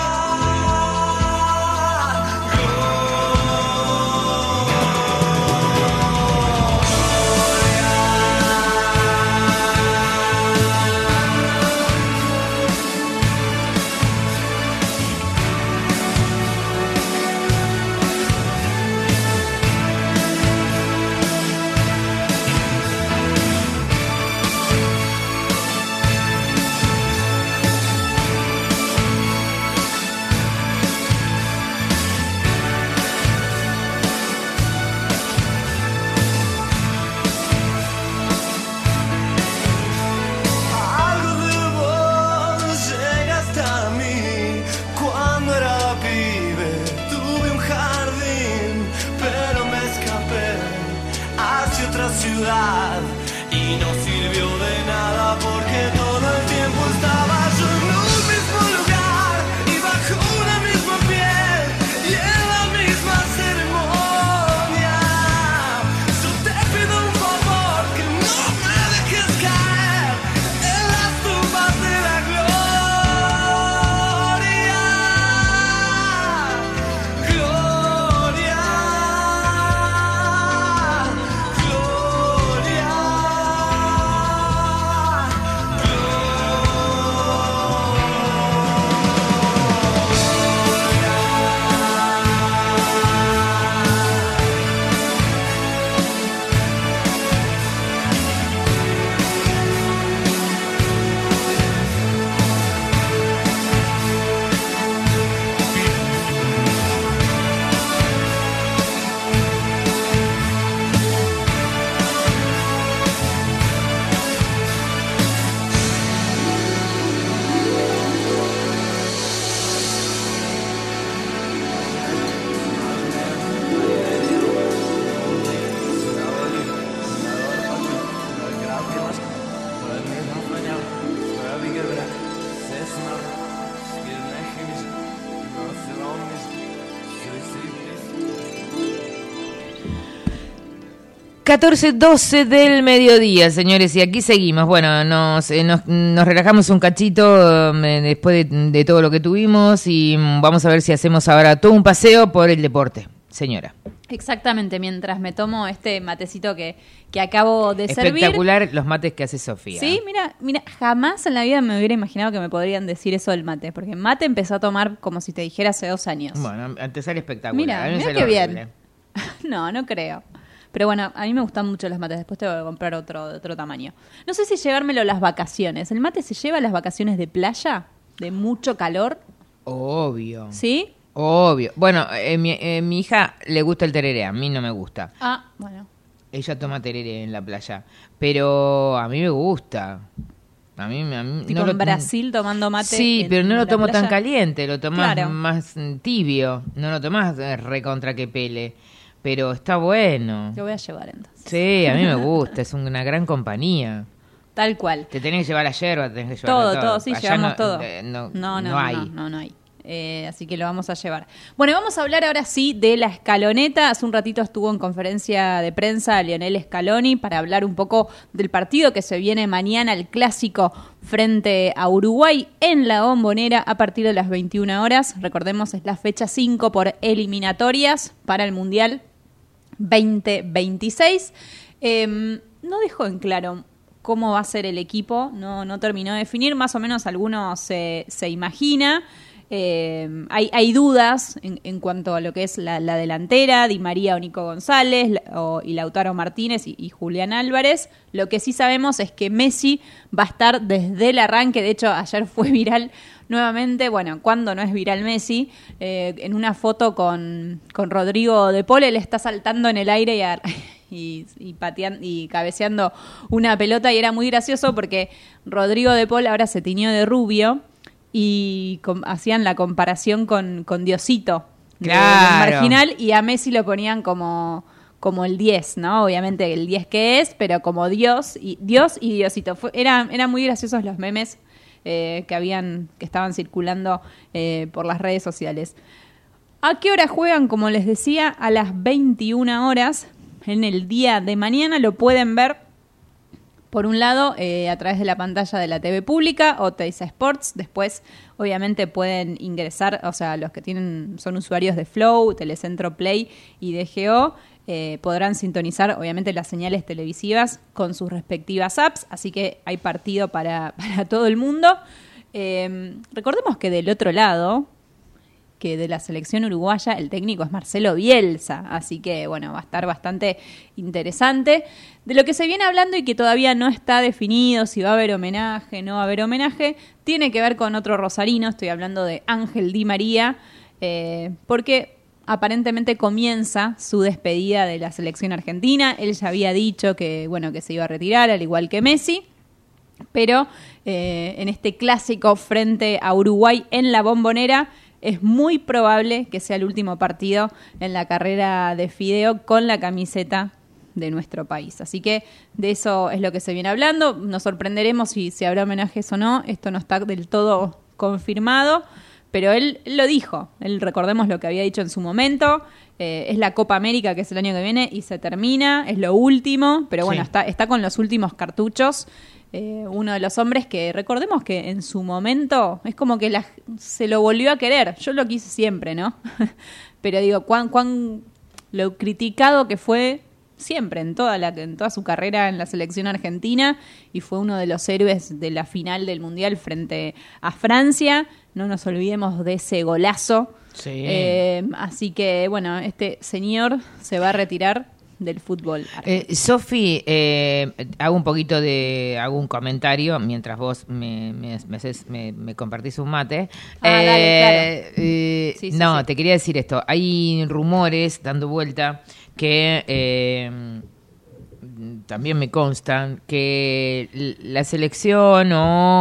Algo de vos llega hasta mí. Cuando era pibe tuve un jardín, pero me escapé hacia otra ciudad y no sirvió de nada porque todo el tiempo estaba yo en un mismo lugar y bajo una misma piel y en la misma ceremonia. Yo te pido un favor, que no me dejes caer en las tumbas de la gloria. Gloria, gloria. Sí. 14:12 del mediodía, señores, y aquí seguimos. Bueno, nos relajamos un cachito después de todo lo que tuvimos y vamos a ver si hacemos ahora todo un paseo por el deporte. señora. Exactamente, mientras me tomo este matecito que acabo de servir. Espectacular los mates que hace Sofía. Sí, mira, jamás en la vida me hubiera imaginado que me podrían decir eso del mate, porque mate empezó a tomar como si te dijera hace 2 años. Bueno, te sale espectacular. Mira, A mí me mira sale qué horrible. bien. No creo. Pero bueno, a mí me gustan mucho los mates. Después tengo que comprar otro de otro tamaño. No sé si llevármelo a las vacaciones. ¿El mate se lleva a las vacaciones de playa? ¿De mucho calor? Obvio. ¿Sí? Obvio. Bueno, mi hija le gusta el tereré, a mí no me gusta. Ah, bueno. Ella toma tereré en la playa, pero a mí me gusta. A mí Tipo en Brasil tomando mate. Sí, pero no lo tomo playa. tan caliente, lo tomás Claro. más tibio, no lo tomás recontra que pele, pero está bueno. Lo voy a llevar entonces. Sí, a mí me gusta, es una gran compañía. Tal cual. Te tenés que llevar la yerba, te tenés que llevar Todo, sí, Allá llevamos no, todo. No hay. No hay. Así que lo vamos a llevar. Bueno, vamos a hablar ahora sí de la escaloneta. Hace un ratito estuvo en conferencia de prensa Lionel Scaloni para hablar un poco del partido que se viene mañana, el clásico frente a Uruguay en la Bombonera a partir de las 21 horas. Recordemos, es la fecha 5 por eliminatorias para el Mundial 2026. No dejó en claro cómo va a ser el equipo, no terminó de definir, más o menos algunos se imagina. Hay dudas en cuanto a lo que es la delantera, Di María o Nico González, y Lautaro Martínez y Julián Álvarez. Lo que sí sabemos es que Messi va a estar desde el arranque. De hecho, ayer fue viral nuevamente, bueno, cuando no es viral Messi, en una foto con Rodrigo de Paul. Él está saltando en el aire y pateando y cabeceando una pelota, y era muy gracioso porque Rodrigo de Paul ahora se tiñó de rubio y hacían la comparación con Diosito, Claro. del Marginal, y a Messi lo ponían como el 10, ¿no? Obviamente el 10 que es, pero como Dios y Diosito. Eran muy graciosos los memes que estaban circulando por las redes sociales. ¿A qué hora juegan? Como les decía, a las 21 horas en el día de mañana. Lo pueden ver, por un lado, a través de la pantalla de la TV pública o Teisa Sports. Después, obviamente, pueden ingresar, o sea, los que son usuarios de Flow, Telecentro Play y DGO, podrán sintonizar, obviamente, las señales televisivas con sus respectivas apps. Así que hay partido para todo el mundo. Recordemos que del otro lado, que de la selección uruguaya, el técnico es Marcelo Bielsa, así que bueno, va a estar bastante interesante. De lo que se viene hablando y que todavía no está definido si va a haber homenaje, no va a haber homenaje, tiene que ver con otro rosarino. Estoy hablando de Ángel Di María, porque aparentemente comienza su despedida de la selección argentina. Él ya había dicho que se iba a retirar, al igual que Messi, pero en este clásico frente a Uruguay en la Bombonera es muy probable que sea el último partido en la carrera de Fideo con la camiseta de nuestro país. Así que de eso es lo que se viene hablando. Nos sorprenderemos si habrá homenajes o no. Esto no está del todo confirmado, pero él lo dijo. Él, recordemos lo que había dicho en su momento. Es la Copa América, que es el año que viene, y se termina. Es lo último, pero bueno, Sí. está con los últimos cartuchos. Uno de los hombres que, recordemos que en su momento es como que se lo volvió a querer. Yo lo quise siempre, ¿no? Pero digo, cuán lo criticado que fue siempre en toda su carrera en la selección argentina, y fue uno de los héroes de la final del Mundial frente a Francia. No nos olvidemos de ese golazo. Sí. Así que, bueno, este señor se va a retirar del fútbol. Sofi, hago un comentario mientras vos me compartís un mate. Dale, claro. Sí, sí. Te quería decir esto. Hay rumores dando vuelta que también me constan que la selección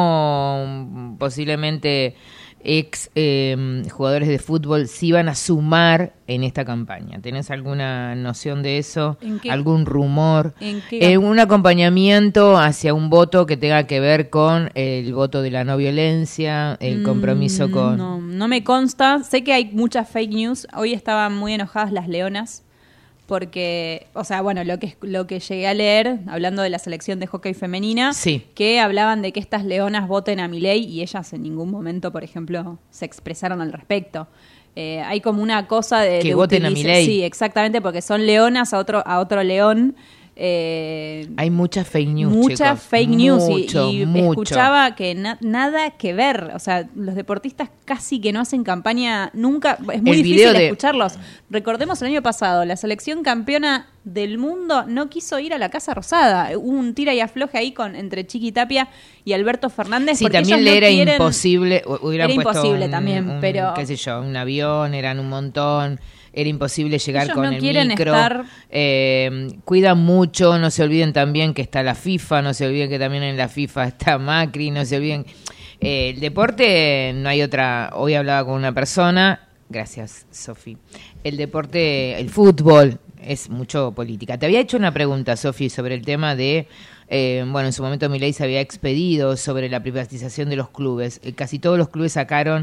o posiblemente ex jugadores de fútbol sí van a sumar en esta campaña. ¿Tenés alguna noción de eso? ¿En qué? ¿Algún rumor? ¿En qué? Un acompañamiento hacia un voto que tenga que ver con el voto de la no violencia, el compromiso con... No me consta. Sé que hay muchas fake news. Hoy estaban muy enojadas las leonas porque, o sea, bueno, lo que llegué a leer, hablando de la selección de hockey femenina, Sí. que hablaban de que estas leonas voten a Milei, y ellas en ningún momento, por ejemplo, se expresaron al respecto. hay como una cosa de... Que voten a Milei. Sí, exactamente, porque son leonas a otro león. Hay muchas fake news, muchas chicos. fake news Mucho. Escuchaba que nada que ver, o sea, los deportistas casi que no hacen campaña nunca, es muy difícil escucharlos. Recordemos el año pasado, la selección campeona del mundo no quiso ir a la Casa Rosada, hubo un tira y afloje ahí entre Chiqui Tapia y Alberto Fernández. Sí, porque también ellos le no era quieren, imposible, hubieran era puesto imposible también, pero qué sé yo, un avión, eran un montón. Era imposible llegar ellos con no el quieren micro. estar... Cuidan mucho, no se olviden también que está la FIFA, no se olviden que también en la FIFA está Macri, no se olviden. El deporte, no hay otra. Hoy hablaba con una persona, gracias, Sofi. El deporte, el fútbol, es mucho política. Te había hecho una pregunta, Sofi, sobre el tema de. Bueno, en su momento Milei se había expedido sobre la privatización de los clubes. Casi todos los clubes sacaron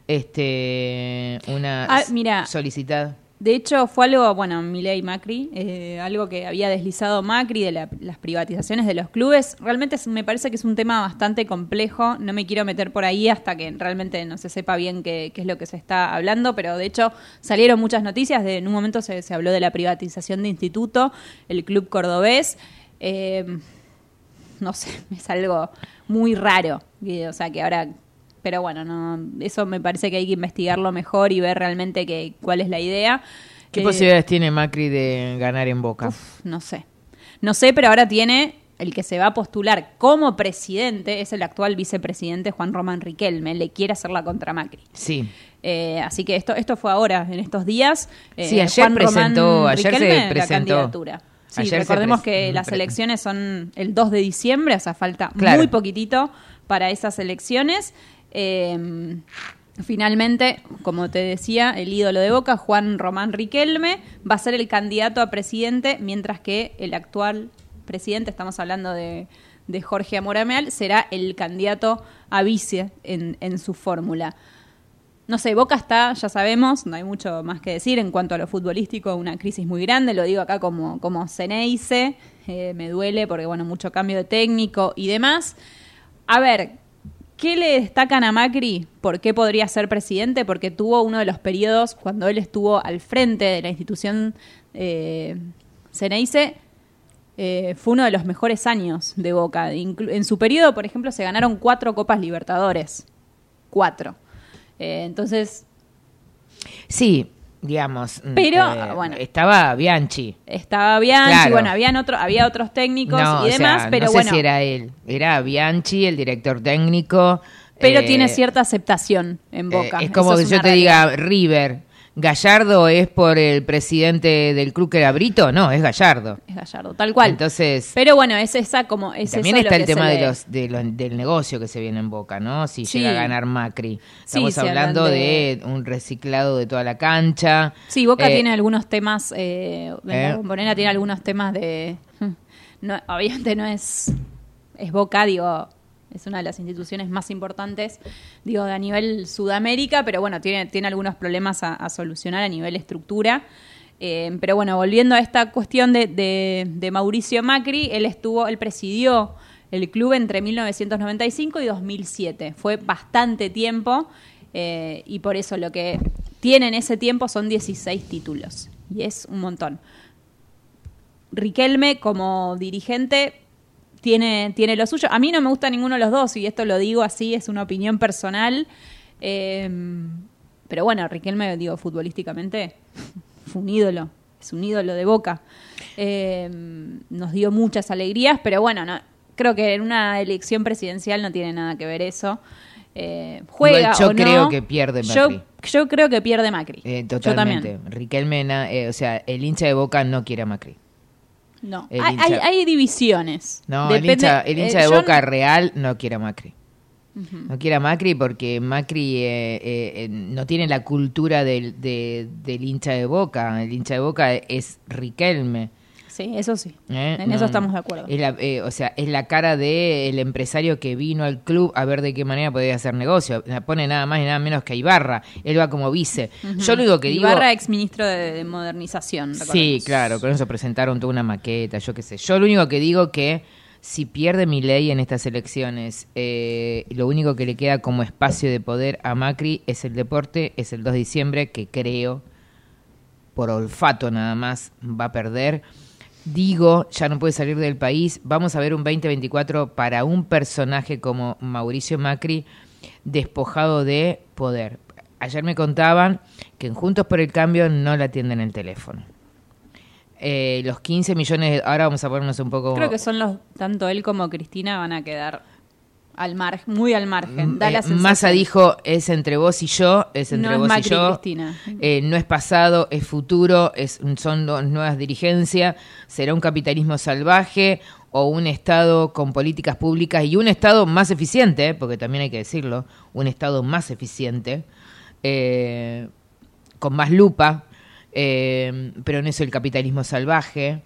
una solicitada. De hecho, fue algo, bueno, Milei y Macri, algo que había deslizado Macri de las privatizaciones de los clubes. Realmente me parece que es un tema bastante complejo. No me quiero meter por ahí hasta que realmente no se sepa bien qué es lo que se está hablando, pero de hecho salieron muchas noticias. En un momento se habló de la privatización de Instituto, el club cordobés. No sé, es algo muy raro. O sea, que ahora... Pero bueno, no, eso me parece que hay que investigarlo mejor y ver realmente cuál es la idea. ¿Qué posibilidades tiene Macri de ganar en Boca? No sé. No sé, pero ahora tiene el que se va a postular como presidente, es el actual vicepresidente Juan Román Riquelme. Le quiere hacer la contra Macri. Sí. Así que esto fue ahora, en estos días. Sí, ayer Juan presentó, ayer se presentó. La candidatura. Sí, recordemos que las elecciones son el 2 de diciembre, o sea, falta muy poquitito para esas elecciones. Finalmente, como te decía, el ídolo de Boca, Juan Román Riquelme, va a ser el candidato a presidente, mientras que el actual presidente, estamos hablando de Jorge Amorameal, será el candidato a vice en su fórmula. No sé, Boca está, ya sabemos, no hay mucho más que decir en cuanto a lo futbolístico, una crisis muy grande, lo digo acá como Ceneice, me duele porque, bueno, mucho cambio de técnico y demás. A ver, ¿qué le destacan a Macri? ¿Por qué podría ser presidente? Porque tuvo uno de los periodos, cuando él estuvo al frente de la institución Ceneice, fue uno de los mejores años de Boca. En su periodo, por ejemplo, se ganaron 4 Copas Libertadores. 4. Entonces... Sí, digamos. Pero, bueno. Estaba Bianchi. Claro. Bueno, había otros técnicos y demás, pero no bueno. sé si era él. Era Bianchi, el director técnico. Pero tiene cierta aceptación en Boca. Es como que yo te diga, River, ¿Gallardo es por el presidente del club que era Brito? No, es Gallardo. Es Gallardo, tal cual. Entonces, pero bueno, es esa como... Es también eso está lo el que tema del negocio que se viene en Boca, ¿no? Si Sí. llega a ganar Macri. Estamos Sí, hablando hablan de un reciclado de toda la cancha. Sí, Boca tiene algunos temas... La Bombonera tiene algunos temas de... No, obviamente no es Boca, digo... Es una de las instituciones más importantes, digo, a nivel Sudamérica, pero bueno, tiene algunos problemas a solucionar a nivel estructura. Pero bueno, volviendo a esta cuestión de Mauricio Macri, él presidió el club entre 1995 y 2007. Fue bastante tiempo y por eso lo que tiene en ese tiempo son 16 títulos. Y es un montón. Riquelme, como dirigente... Tiene lo suyo. A mí no me gusta ninguno de los dos, y esto lo digo así, es una opinión personal. Pero bueno, Riquelme, digo, futbolísticamente, fue un ídolo. Es un ídolo de Boca. Nos dio muchas alegrías, pero bueno, no, creo que en una elección presidencial no tiene nada que ver eso. Juega yo o no. creo que pierde Macri. Yo creo que pierde Macri. Totalmente. Yo también. Riquelme, o sea, el hincha de Boca no quiere a Macri. No, hay divisiones. No, depende, el hincha de Boca real no quiere a Macri. Uh-huh. No quiere a Macri porque Macri no tiene la cultura del hincha de Boca. El hincha de Boca es Riquelme. Sí, eso sí. En eso estamos de acuerdo. Es la cara del empresario que vino al club a ver de qué manera podía hacer negocio. Pone nada más y nada menos que a Ibarra. Él va como vice. Uh-huh. Yo lo único que digo... Ibarra, exministro de Modernización. Sí, claro. Con eso presentaron toda una maqueta, yo qué sé. Yo lo único que digo que si pierde Milei en estas elecciones, lo único que le queda como espacio de poder a Macri es el deporte, es el 2 de diciembre, que creo, por olfato nada más, va a perder. Digo, ya no puede salir del país. Vamos a ver un 2024 para un personaje como Mauricio Macri despojado de poder. Ayer me contaban que en Juntos por el Cambio no le atienden el teléfono. Los 15 millones, ahora vamos a ponernos un poco... Creo que son tanto él como Cristina van a quedar muy al margen. Da la sensación. Massa dijo, es entre vos y yo, es entre vos Macri y yo. Cristina. No es pasado, es futuro, son dos nuevas dirigencias, será un capitalismo salvaje o un Estado con políticas públicas y un Estado más eficiente, porque también hay que decirlo, un Estado más eficiente, con más lupa, pero no es el capitalismo salvaje.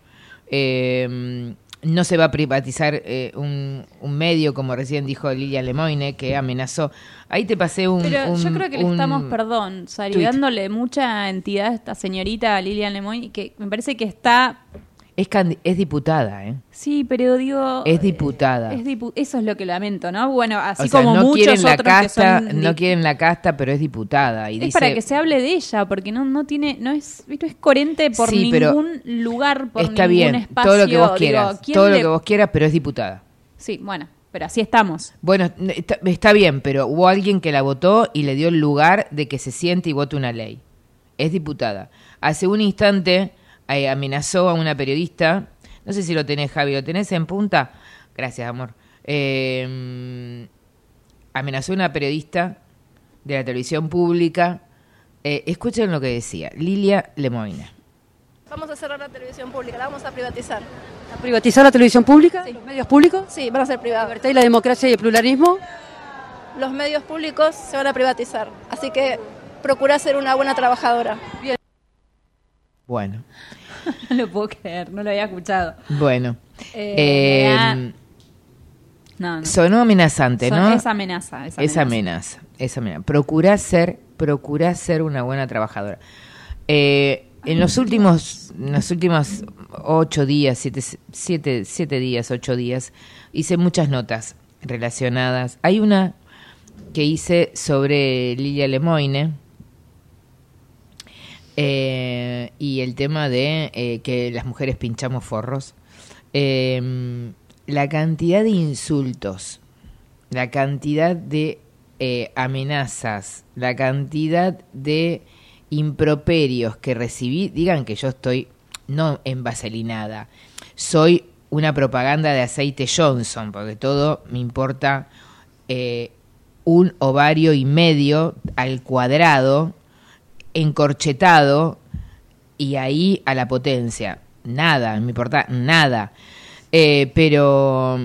No se va a privatizar un medio, como recién dijo Lilian Lemoyne, que amenazó. Ahí te pasé Pero yo creo que le estamos, dándole mucha entidad a esta señorita Lilian Lemoyne, que me parece que está... Es diputada, ¿eh? Sí, pero digo... Es diputada. Eso es lo que lamento, ¿no? Bueno, así sea, como no muchos quieren la otros casta, que son... No quieren la casta, pero es diputada. Y es dice, para que se hable de ella, porque no es coherente por ningún lugar, por está ningún bien, espacio. todo lo que vos quieras, Digo, lo que vos quieras, pero es diputada. Sí, bueno, pero así estamos. Bueno, está bien, pero hubo alguien que la votó y le dio el lugar de que se siente y vote una ley. Es diputada. Hace un instante amenazó a una periodista... No sé si lo tenés, Javi, ¿lo tenés en punta? Gracias, amor. Amenazó a una periodista de la televisión pública. Escuchen lo que decía Lilia Lemoyne. Vamos a cerrar la televisión pública, la vamos a privatizar. ¿A privatizar la televisión pública? Sí. ¿Los medios públicos? Sí, van a ser privados. ¿La libertad y la democracia y el pluralismo? Los medios públicos se van a privatizar, así que procura ser una buena trabajadora. Bien. Bueno. No lo puedo creer, no lo había escuchado. Bueno. No. Sonó amenazante, ¿no? Es amenaza. Es amenaza. Procura ser una buena trabajadora. En los últimos 8 días, 7 días, 8 días, hice muchas notas relacionadas. Hay una que hice sobre Lilia Lemoyne, y el tema de que las mujeres pinchamos forros, la cantidad de insultos, la cantidad de amenazas, la cantidad de improperios que recibí. Digan que yo estoy no envaselinada, soy una propaganda de aceite Johnson, porque todo me importa un ovario y medio al cuadrado, encorchetado, y ahí a la potencia. Nada, me importa nada. Pero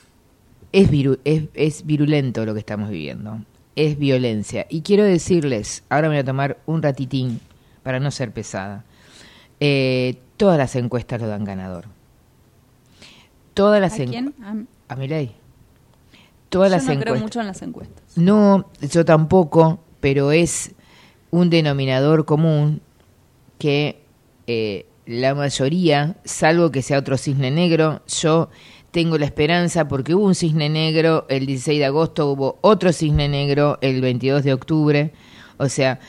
es virulento lo que estamos viviendo. Es violencia. Y quiero decirles, ahora me voy a tomar un ratitín para no ser pesada. Todas las encuestas lo dan ganador. Todas las ¿A quién? A Milei. Yo no creo mucho en las encuestas. No, yo tampoco, pero es un denominador común que la mayoría, salvo que sea otro cisne negro, yo tengo la esperanza, porque hubo un cisne negro el 16 de agosto, hubo otro cisne negro el 22 de octubre, o sea,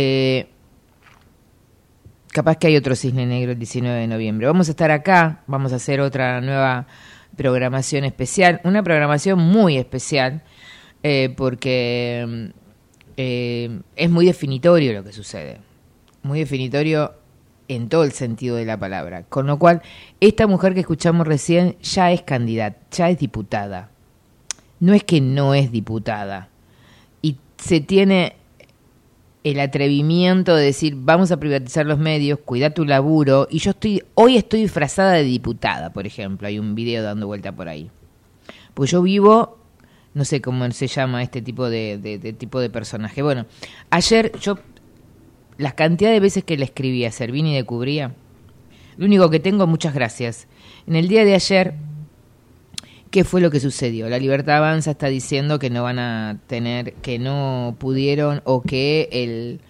capaz que hay otro cisne negro el 19 de noviembre. Vamos a estar acá, vamos a hacer otra nueva programación especial, una programación muy especial, porque es muy definitorio lo que sucede, muy definitorio en todo el sentido de la palabra, con lo cual esta mujer que escuchamos recién ya es candidata, ya es diputada, no es que no es diputada, y se tiene el atrevimiento de decir vamos a privatizar los medios, cuida tu laburo, y hoy estoy disfrazada de diputada, por ejemplo, hay un video dando vuelta por ahí, pues yo vivo, no sé cómo se llama este tipo de tipo de personaje. Bueno, ayer yo, las cantidades de veces que le escribí a Servini de Cubría, lo único que tengo, muchas gracias. En el día de ayer, ¿qué fue lo que sucedió? La Libertad Avanza está diciendo que no van a tener, que no pudieron, o que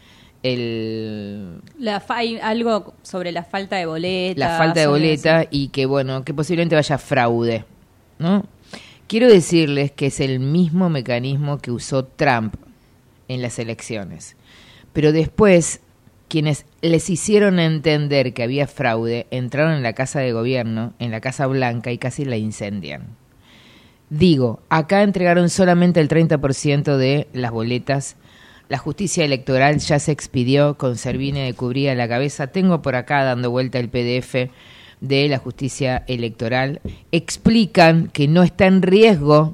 hay algo sobre la falta de boletas. La falta de boleta, y que bueno, que posiblemente vaya fraude. ¿no? Quiero decirles que es el mismo mecanismo que usó Trump en las elecciones. Pero después, quienes les hicieron entender que había fraude, entraron en la Casa de Gobierno, en la Casa Blanca, y casi la incendian. Digo, acá entregaron solamente el 30% de las boletas. La justicia electoral ya se expidió con Servini de Cubría a la cabeza. Tengo por acá dando vuelta el PDF de la justicia electoral. Explican que no está en riesgo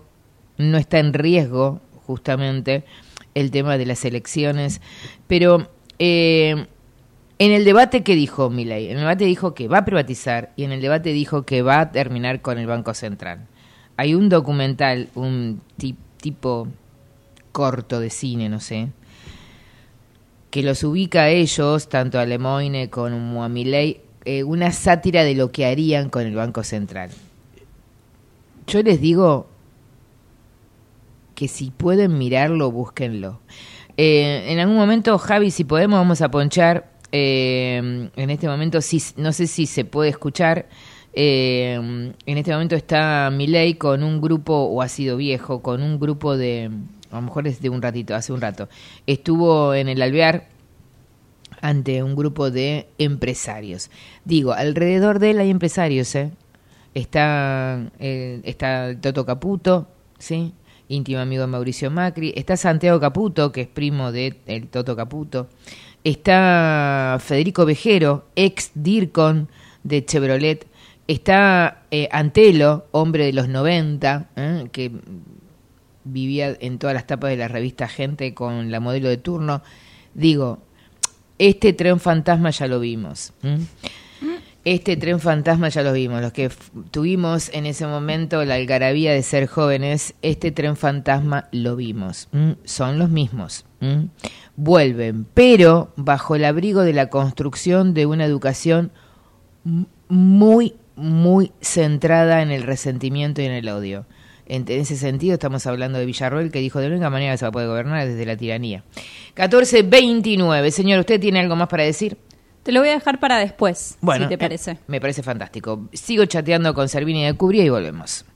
justamente el tema de las elecciones, pero en el debate, ¿qué dijo Milei? En el debate dijo que va a privatizar y en el debate dijo que va a terminar con el Banco Central. Hay un documental, un tipo corto de cine, no sé, que los ubica a ellos, tanto a Lemoyne como a Milei, una sátira de lo que harían con el Banco Central. Yo les digo que si pueden mirarlo, búsquenlo. En algún momento, Javi, si podemos, vamos a ponchar. En este momento, no sé si se puede escuchar. En este momento está Milei con un grupo, o ha sido viejo, con un grupo de, a lo mejor es de un ratito, hace un rato, estuvo en el Alvear ante un grupo de empresarios. Digo, alrededor de él hay empresarios, está Toto Caputo, ¿sí?, íntimo amigo de Mauricio Macri, está Santiago Caputo, que es primo de el Toto Caputo, está Federico Vejero, ex DIRCON de Chevrolet, está Antelo, hombre de los 90, que vivía en todas las tapas de la revista Gente con la modelo de turno. Digo, este tren fantasma ya lo vimos. Este tren fantasma ya lo vimos. Los que tuvimos en ese momento la algarabía de ser jóvenes, este tren fantasma lo vimos. Son los mismos. Vuelven, pero bajo el abrigo de la construcción de una educación muy centrada en el resentimiento y en el odio. En ese sentido estamos hablando de Villarroel, que dijo: de la única manera que se va a poder gobernar es desde la tiranía. 14:29. Señor, ¿usted tiene algo más para decir? Te lo voy a dejar para después, bueno, si te parece. Me parece fantástico. Sigo chateando con Servini de Cubría y volvemos.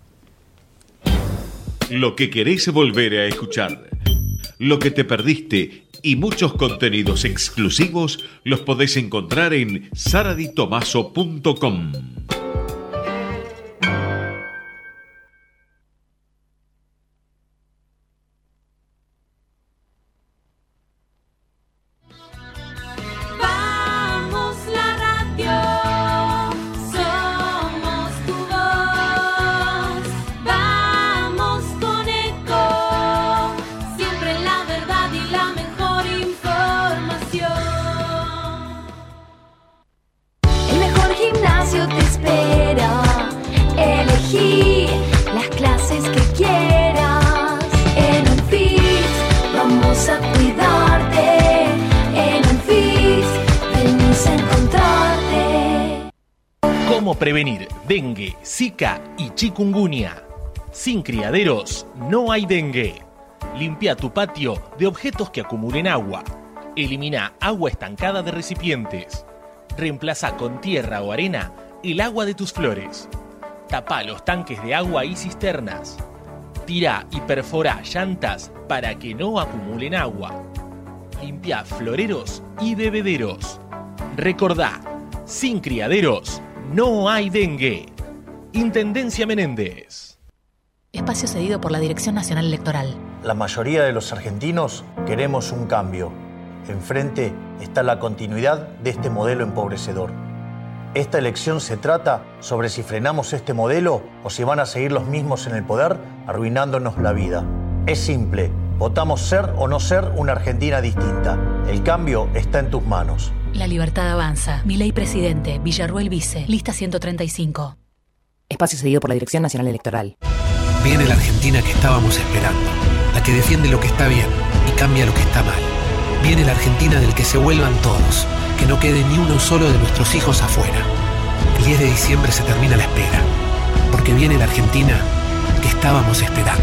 Lo que querés volver a escuchar, lo que te perdiste y muchos contenidos exclusivos los podés encontrar en saraditomaso.com. Prevenir dengue, zika y chikungunya. Sin criaderos no hay dengue. Limpia tu patio de objetos que acumulen agua. Elimina agua estancada de recipientes. Reemplaza con tierra o arena el agua de tus flores. Tapa los tanques de agua y cisternas. Tira y perfora llantas para que no acumulen agua. Limpia floreros y bebederos. Recordá, sin criaderos no hay dengue. Intendencia Menéndez. Espacio cedido por la Dirección Nacional Electoral. La mayoría de los argentinos queremos un cambio. Enfrente está la continuidad de este modelo empobrecedor. Esta elección se trata sobre si frenamos este modelo o si van a seguir los mismos en el poder arruinándonos la vida. Es simple. Votamos ser o no ser una Argentina distinta. El cambio está en tus manos. La libertad avanza. Milei presidente, Villarruel vice, lista 135. Espacio cedido por la Dirección Nacional Electoral. Viene la Argentina que estábamos esperando, la que defiende lo que está bien y cambia lo que está mal. Viene la Argentina del que se vuelvan todos, que no quede ni uno solo de nuestros hijos afuera. El 10 de diciembre se termina la espera, porque viene la Argentina que estábamos esperando.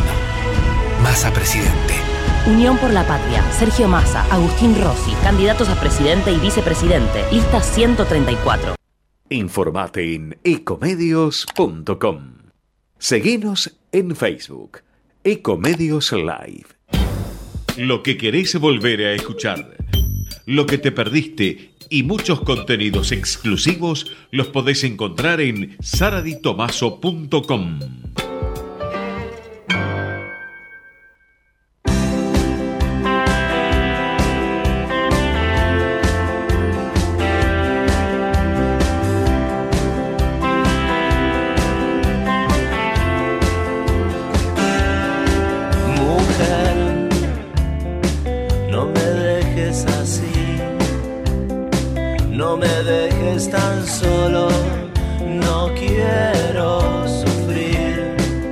Massa presidente. Unión por la Patria, Sergio Massa, Agustín Rossi, candidatos a presidente y vicepresidente, lista 134. Informate en ecomedios.com. Seguinos en Facebook, Ecomedios Live. Lo que querés volver a escuchar, lo que te perdiste y muchos contenidos exclusivos los podés encontrar en saraditomaso.com. No me dejes tan solo, no quiero sufrir.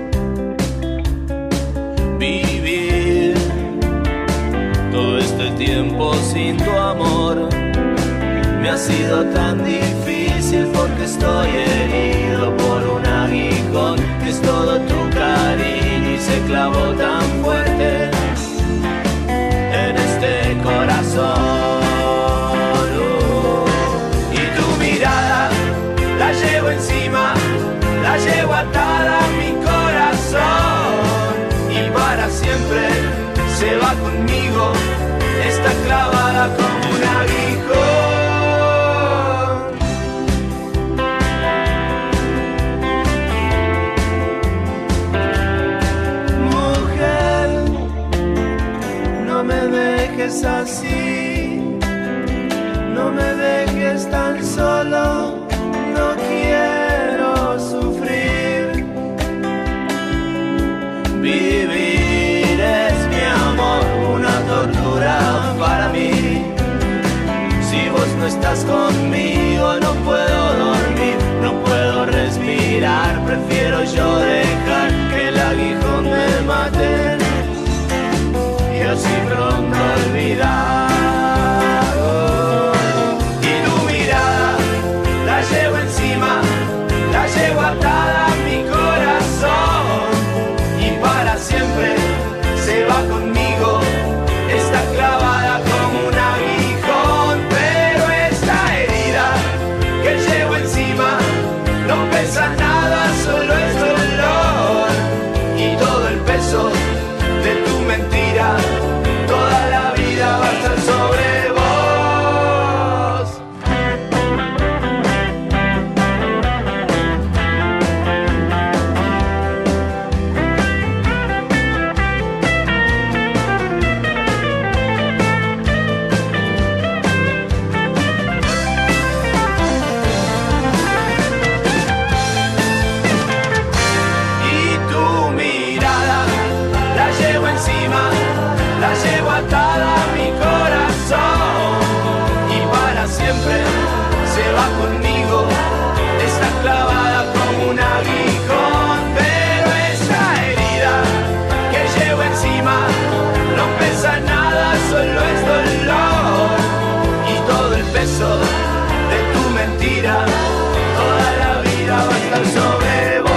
Vivir todo este tiempo sin tu amor me ha sido tan difícil porque estoy herido por un aguijón que es todo tu cariño y se clavó tan fuerte en este corazón. La llevo encima, la llevo atada a mi corazón y para siempre se va conmigo, está clavada como un aguijón. Mujer, no me dejes así, no me dejes tan solo. No quiero sufrir. Vivir es mi amor, una tortura para mí. Si vos no estás conmigo no puedo dormir, no puedo respirar. Prefiero yo dejar que el aguijón me mate y así pronto olvidar. La llevo atada a mi corazón y para siempre se va conmigo, está clavada como un aguijón. Pero esta herida que llevo encima no pesa nada, solo es dolor y todo el peso de tu mentira, toda la vida va a estar sobre vos. La llevo atada a mi corazón y para siempre se va conmigo, está clavada como un aguijón. Pero esa herida que llevo encima no pesa nada, solo es dolor y todo el peso de tu mentira, toda la vida va a estar sobre vos.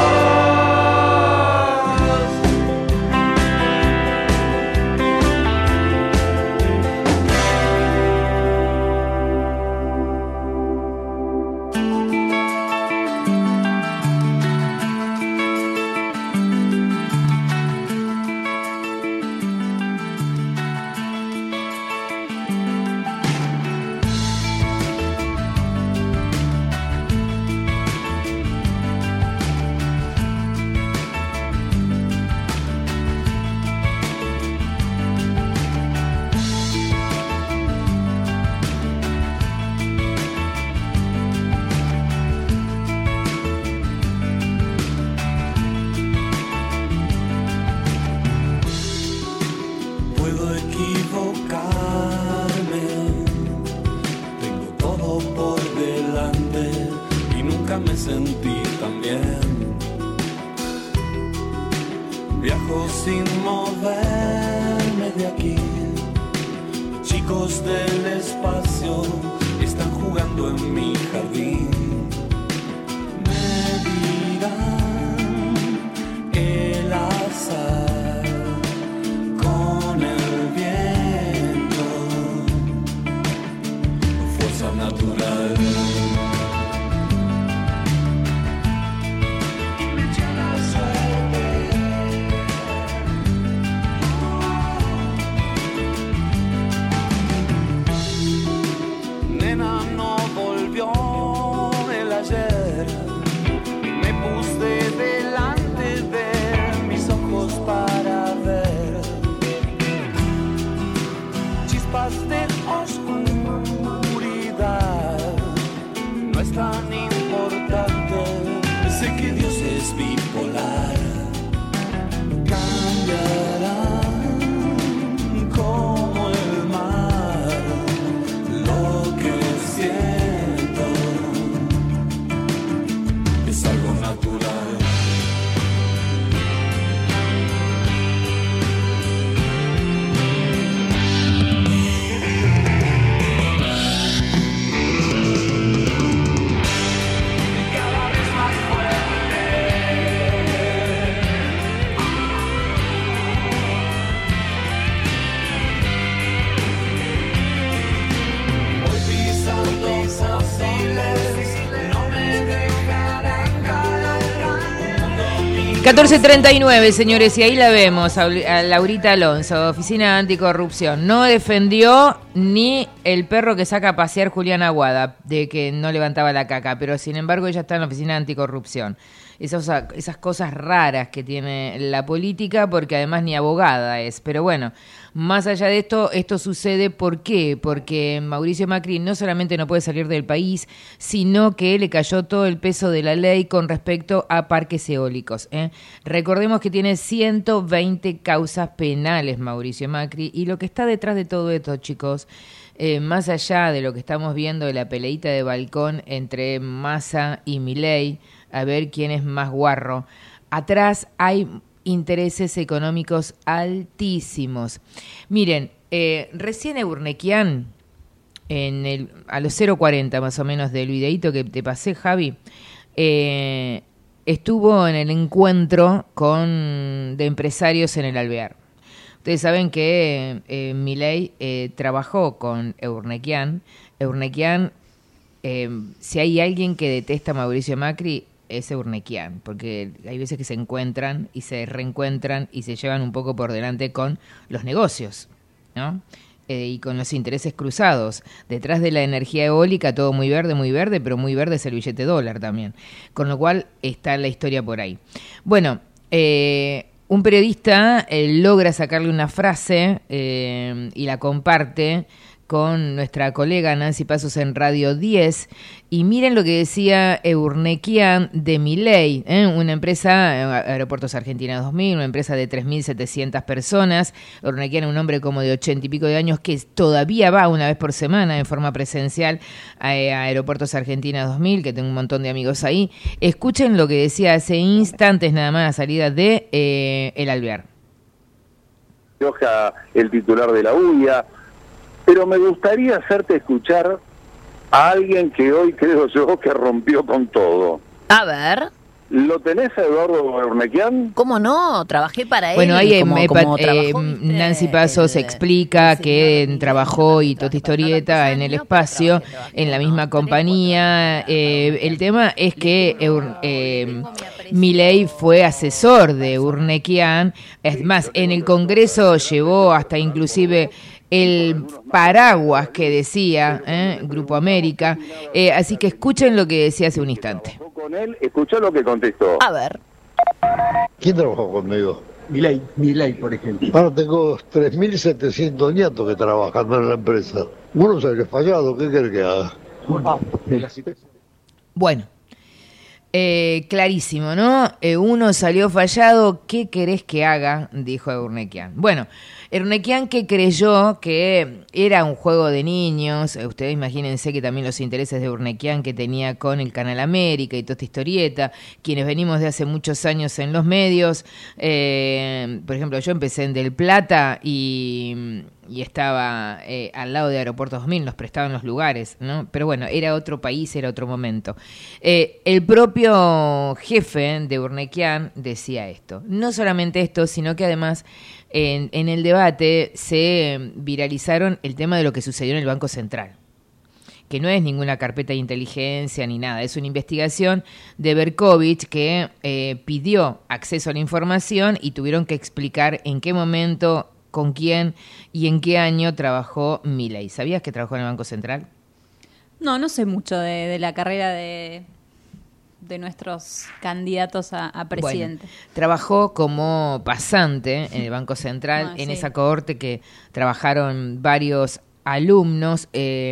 Sentí también. Viajo sin moverme de aquí. Chicos del espacio están jugando en mi jardín. Me dirán el azar con el viento, fuerza natural. Suerte. 14:39, señores, y ahí la vemos, a Laurita Alonso, Oficina Anticorrupción. No defendió ni el perro que saca a pasear Julián Aguada, de que no levantaba la caca, pero sin embargo ella está en la Oficina Anticorrupción. Esas cosas raras que tiene la política, porque además ni abogada es. Pero bueno, más allá de esto sucede, ¿por qué? Porque Mauricio Macri no solamente no puede salir del país, sino que le cayó todo el peso de la ley con respecto a parques eólicos. Recordemos que tiene 120 causas penales Mauricio Macri, y lo que está detrás de todo esto, chicos, más allá de lo que estamos viendo de la peleita de balcón entre Massa y Milei, a ver quién es más guarro, atrás hay intereses económicos altísimos. Miren, recién Eurnequian, a los 0:40 más o menos del videíto que te pasé, Javi, estuvo en el encuentro de empresarios en el Alvear. Ustedes saben que Milei trabajó con Eurnequian. Eurnequian, si hay alguien que detesta a Mauricio Macri, es Eurnequian, porque hay veces que se encuentran y se reencuentran y se llevan un poco por delante con los negocios, ¿no? Y con los intereses cruzados. Detrás de la energía eólica, todo muy verde, pero muy verde es el billete dólar también. Con lo cual está la historia por ahí. Bueno, un periodista logra sacarle una frase y la comparte con nuestra colega Nancy Pasos en Radio 10, y miren lo que decía Eurnequian de Milei, una empresa, Aeropuertos Argentina 2000, una empresa de 3.700 personas. Eurnequian es un hombre como de 80 y pico de años que todavía va una vez por semana en forma presencial a Aeropuertos Argentina 2000, que tengo un montón de amigos ahí. Escuchen lo que decía hace instantes nada más a salida de el Alvear. El titular de la UIA, pero me gustaría hacerte escuchar a alguien que hoy creo yo que rompió con todo. A ver. ¿Lo tenés a Eduardo Eurnequian? ¿Cómo no? Trabajé para él. Bueno, ahí Nancy Pasos explica que trabajó y toda historieta en el espacio, en la misma compañía. El tema es que Milei fue asesor de Eurnequian. Es más, en el Congreso llevó hasta inclusive el paraguas que decía Grupo América, así que escuchen lo que decía hace un instante. Con él, escuchá lo que contestó. A ver. ¿Quién trabajó conmigo? Milei, por ejemplo. Ahora tengo 3.700 nietos que trabajan en la empresa. Uno se le ha fallado, ¿qué quiere que haga? Bueno, clarísimo, ¿no? Uno salió fallado, ¿qué querés que haga? Dijo Eurnequian. Bueno, Eurnequian, que creyó que era un juego de niños. Ustedes imagínense que también los intereses de Eurnequian que tenía con el Canal América y toda esta historieta, quienes venimos de hace muchos años en los medios, por ejemplo, yo empecé en Del Plata y estaba al lado de Aeropuertos 2000, nos prestaban los lugares, ¿no? Pero bueno, era otro país, era otro momento. El propio jefe de Eurnequian decía esto. No solamente esto, sino que además en el debate se viralizaron el tema de lo que sucedió en el Banco Central, que no es ninguna carpeta de inteligencia ni nada, es una investigación de Berkovich que pidió acceso a la información y tuvieron que explicar en qué momento, con quién y en qué año trabajó Milei. ¿Sabías que trabajó en el Banco Central? No sé mucho de la carrera de nuestros candidatos a presidente. Bueno, trabajó como pasante en el Banco Central, en esa cohorte que trabajaron varios alumnos,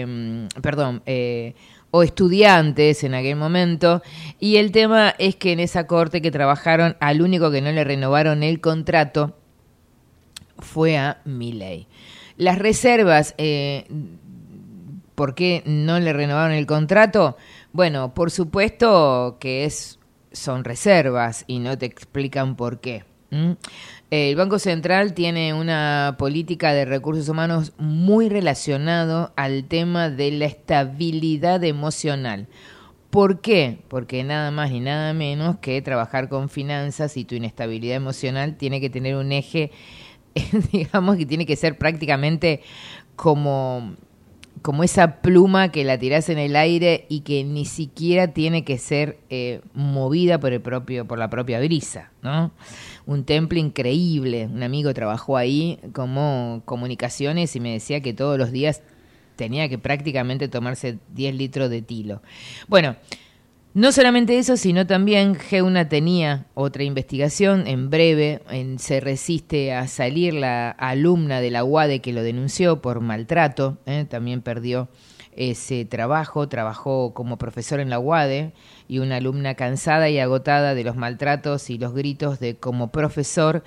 o estudiantes en aquel momento, y el tema es que en esa cohorte que trabajaron, al único que no le renovaron el contrato fue a Milei. Las reservas, ¿por qué no le renovaron el contrato? Bueno, por supuesto que son reservas y no te explican por qué. El Banco Central tiene una política de recursos humanos muy relacionado al tema de la estabilidad emocional. ¿Por qué? Porque nada más ni nada menos que trabajar con finanzas y tu inestabilidad emocional tiene que tener un eje, digamos que tiene que ser prácticamente como como esa pluma que la tirás en el aire y que ni siquiera tiene que ser movida por la propia brisa, ¿no? Un temple increíble. Un amigo trabajó ahí como comunicaciones y me decía que todos los días tenía que prácticamente tomarse 10 litros de tilo. Bueno, no solamente eso, sino también Geuna tenía otra investigación. En breve se resiste a salir la alumna de la UADE que lo denunció por maltrato. También perdió ese trabajo. Trabajó como profesor en la UADE y una alumna cansada y agotada de los maltratos y los gritos de como profesor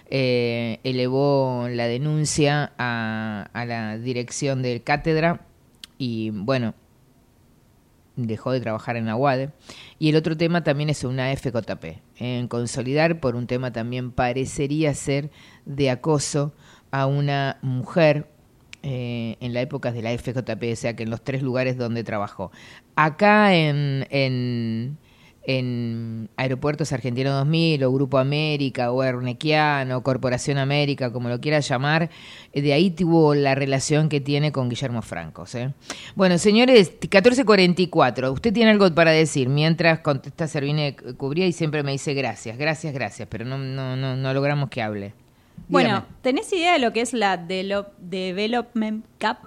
elevó la denuncia a la dirección de cátedra y bueno, dejó de trabajar en la UADE. Y el otro tema también es una FJP, en consolidar por un tema también parecería ser de acoso a una mujer en la época de la FJP, o sea que en los 3 lugares donde trabajó. Acá en Aeropuertos Argentinos 2000 o Grupo América o Ernequiano o Corporación América, como lo quiera llamar, de ahí tuvo la relación que tiene con Guillermo Francos. Bueno, señores, 14:44, usted tiene algo para decir, mientras contesta Servine Cubría y siempre me dice gracias, pero no logramos que hable. Bueno, Dígame. ¿tenés idea de lo que es la Development Cup?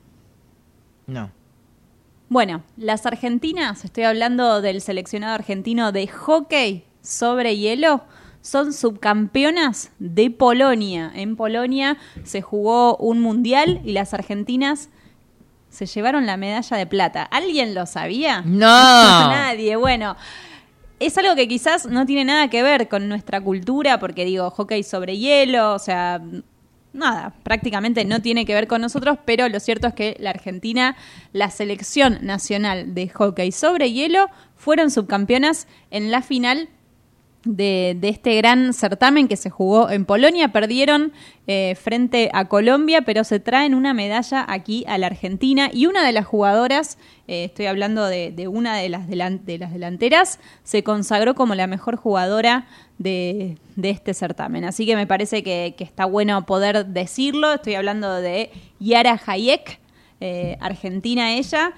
No. Bueno, las argentinas, estoy hablando del seleccionado argentino de hockey sobre hielo, son subcampeonas de Polonia. En Polonia se jugó un mundial y las argentinas se llevaron la medalla de plata. ¿Alguien lo sabía? No. Nadie. Bueno, es algo que quizás no tiene nada que ver con nuestra cultura, porque digo, hockey sobre hielo, o sea, nada, prácticamente no tiene que ver con nosotros, pero lo cierto es que la Argentina, la selección nacional de hockey sobre hielo, fueron subcampeonas en la final de este gran certamen que se jugó en Polonia. Perdieron frente a Colombia, pero se traen una medalla aquí a la Argentina y una de las jugadoras, estoy hablando de una de las delanteras, se consagró como la mejor jugadora de este certamen. Así que me parece que está bueno poder decirlo. Estoy hablando de Yara Hayek, argentina ella.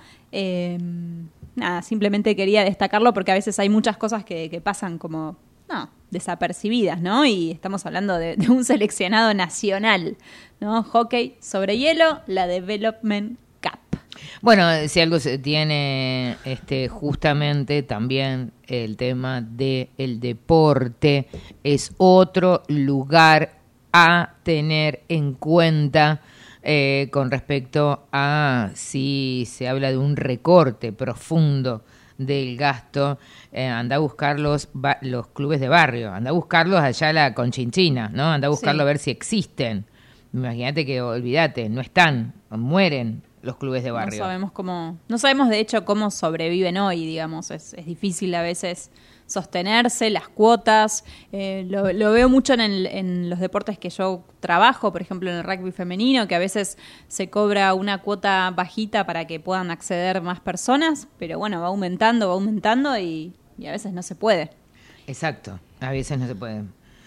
Nada, simplemente quería destacarlo porque a veces hay muchas cosas que pasan como desapercibidas, ¿no? Y estamos hablando de un seleccionado nacional, ¿no? Hockey sobre hielo, la Development Cup. Bueno, si algo se tiene justamente también el tema del deporte es otro lugar a tener en cuenta con respecto a si se habla de un recorte profundo del gasto. Anda a buscar los clubes de barrio, anda a buscarlos allá a la Conchinchina, ¿no? Anda a buscarlo a ver si existen. Imagínate que, olvídate, no están, mueren los clubes de barrio. No sabemos de hecho cómo sobreviven hoy, digamos, es difícil a veces sostenerse, las cuotas, lo veo mucho en los deportes que yo trabajo, por ejemplo en el rugby femenino, que a veces se cobra una cuota bajita para que puedan acceder más personas, pero bueno, va aumentando y a veces no se puede. Exacto, a veces no se puede.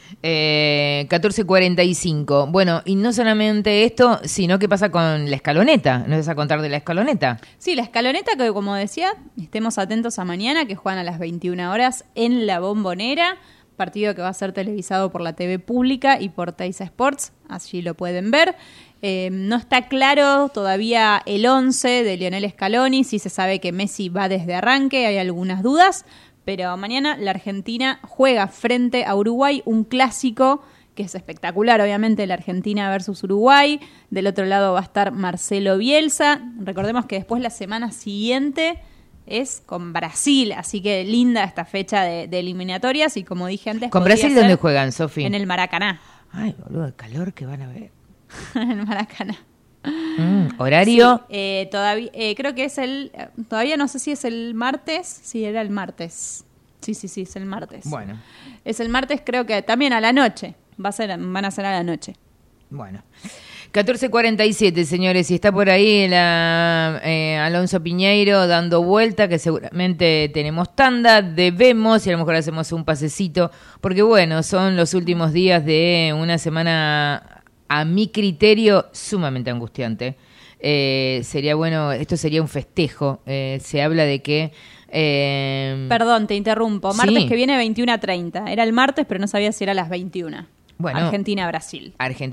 14:45. Bueno, y no solamente esto, sino qué pasa con la escaloneta. ¿Nos vas a contar de la escaloneta? Sí, la escaloneta que, como decía, estemos atentos a mañana, que juegan a las 21 horas en La Bombonera, partido que va a ser televisado por la TV pública y por Teis Sports, allí lo pueden ver. No está claro todavía el 11 de Lionel Scaloni, sí se sabe que Messi va desde arranque, hay algunas dudas, pero mañana la Argentina juega frente a Uruguay, un clásico que es espectacular, obviamente, la Argentina versus Uruguay. Del otro lado va a estar Marcelo Bielsa. Recordemos que después la semana siguiente es con Brasil, así que linda esta fecha de eliminatorias y como dije antes... ¿Con Brasil dónde juegan, Sofi? En el Maracaná. Ay, boludo, el calor que van a ver. En el Maracaná. ¿Horario? Sí, todavía, creo que es todavía no sé si es el martes. Sí, era el martes. Sí, es el martes. Bueno. Es el martes, creo que también a la noche. Van a ser a la noche. Bueno. 14:47, señores, y está por ahí Alonso Piñeiro dando vuelta, que seguramente tenemos tanda, debemos, y a lo mejor hacemos un pasecito, porque bueno, son los últimos días de una semana, a mi criterio, sumamente angustiante. sería bueno, esto sería un festejo. Se habla de que... Perdón, te interrumpo. Martes sí. que viene 21:30. Era el martes, pero no sabía si era a las 21. Bueno, Argentina-Brasil.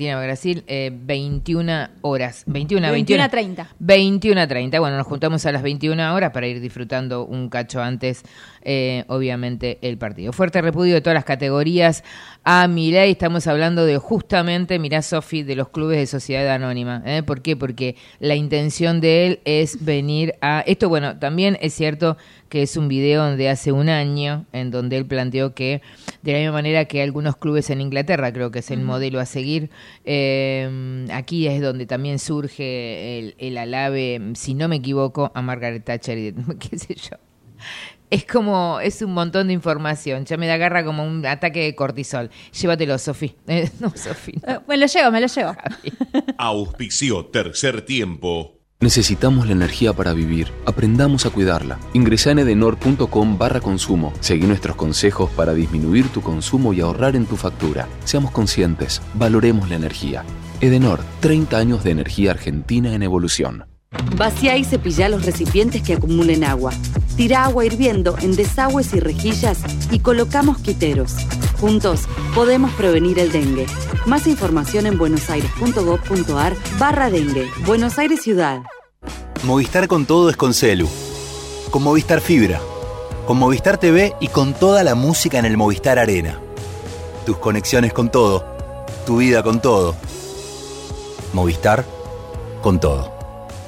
21 horas. 21:30. 21:30. Bueno, nos juntamos a las 21 horas para ir disfrutando un cacho antes, obviamente, el partido. Fuerte repudio de todas las categorías a Milei. Estamos hablando de justamente, mirá, Sofi, de los clubes de sociedad anónima. ¿Por qué? Porque la intención de él es venir a... Esto, bueno, también es cierto que es un video de hace un año en donde él planteó que, de la misma manera que algunos clubes en Inglaterra, creo que es el modelo a seguir, aquí es donde también surge el alabe, si no me equivoco, a Margaret Thatcher y qué sé yo. Es un montón de información. Ya me da garra como un ataque de cortisol. Llévatelo, Sofi. No, Sofi. No. Me lo llevo. Auspició Tercer Tiempo. Necesitamos la energía para vivir. Aprendamos a cuidarla. Ingresá en edenor.com/consumo. Seguí nuestros consejos para disminuir tu consumo y ahorrar en tu factura. Seamos conscientes. Valoremos la energía. Edenor, 30 años de energía argentina en evolución. Vacía y cepilla los recipientes que acumulen agua. Tira agua hirviendo en desagües y rejillas y coloca mosquiteros. Juntos podemos prevenir el dengue. Más información en buenosaires.gov.ar/dengue. Buenos Aires Ciudad. Movistar con todo es con Celu. Con Movistar Fibra. Con Movistar TV y con toda la música en el Movistar Arena. Tus conexiones con todo. Tu vida con todo. Movistar con todo.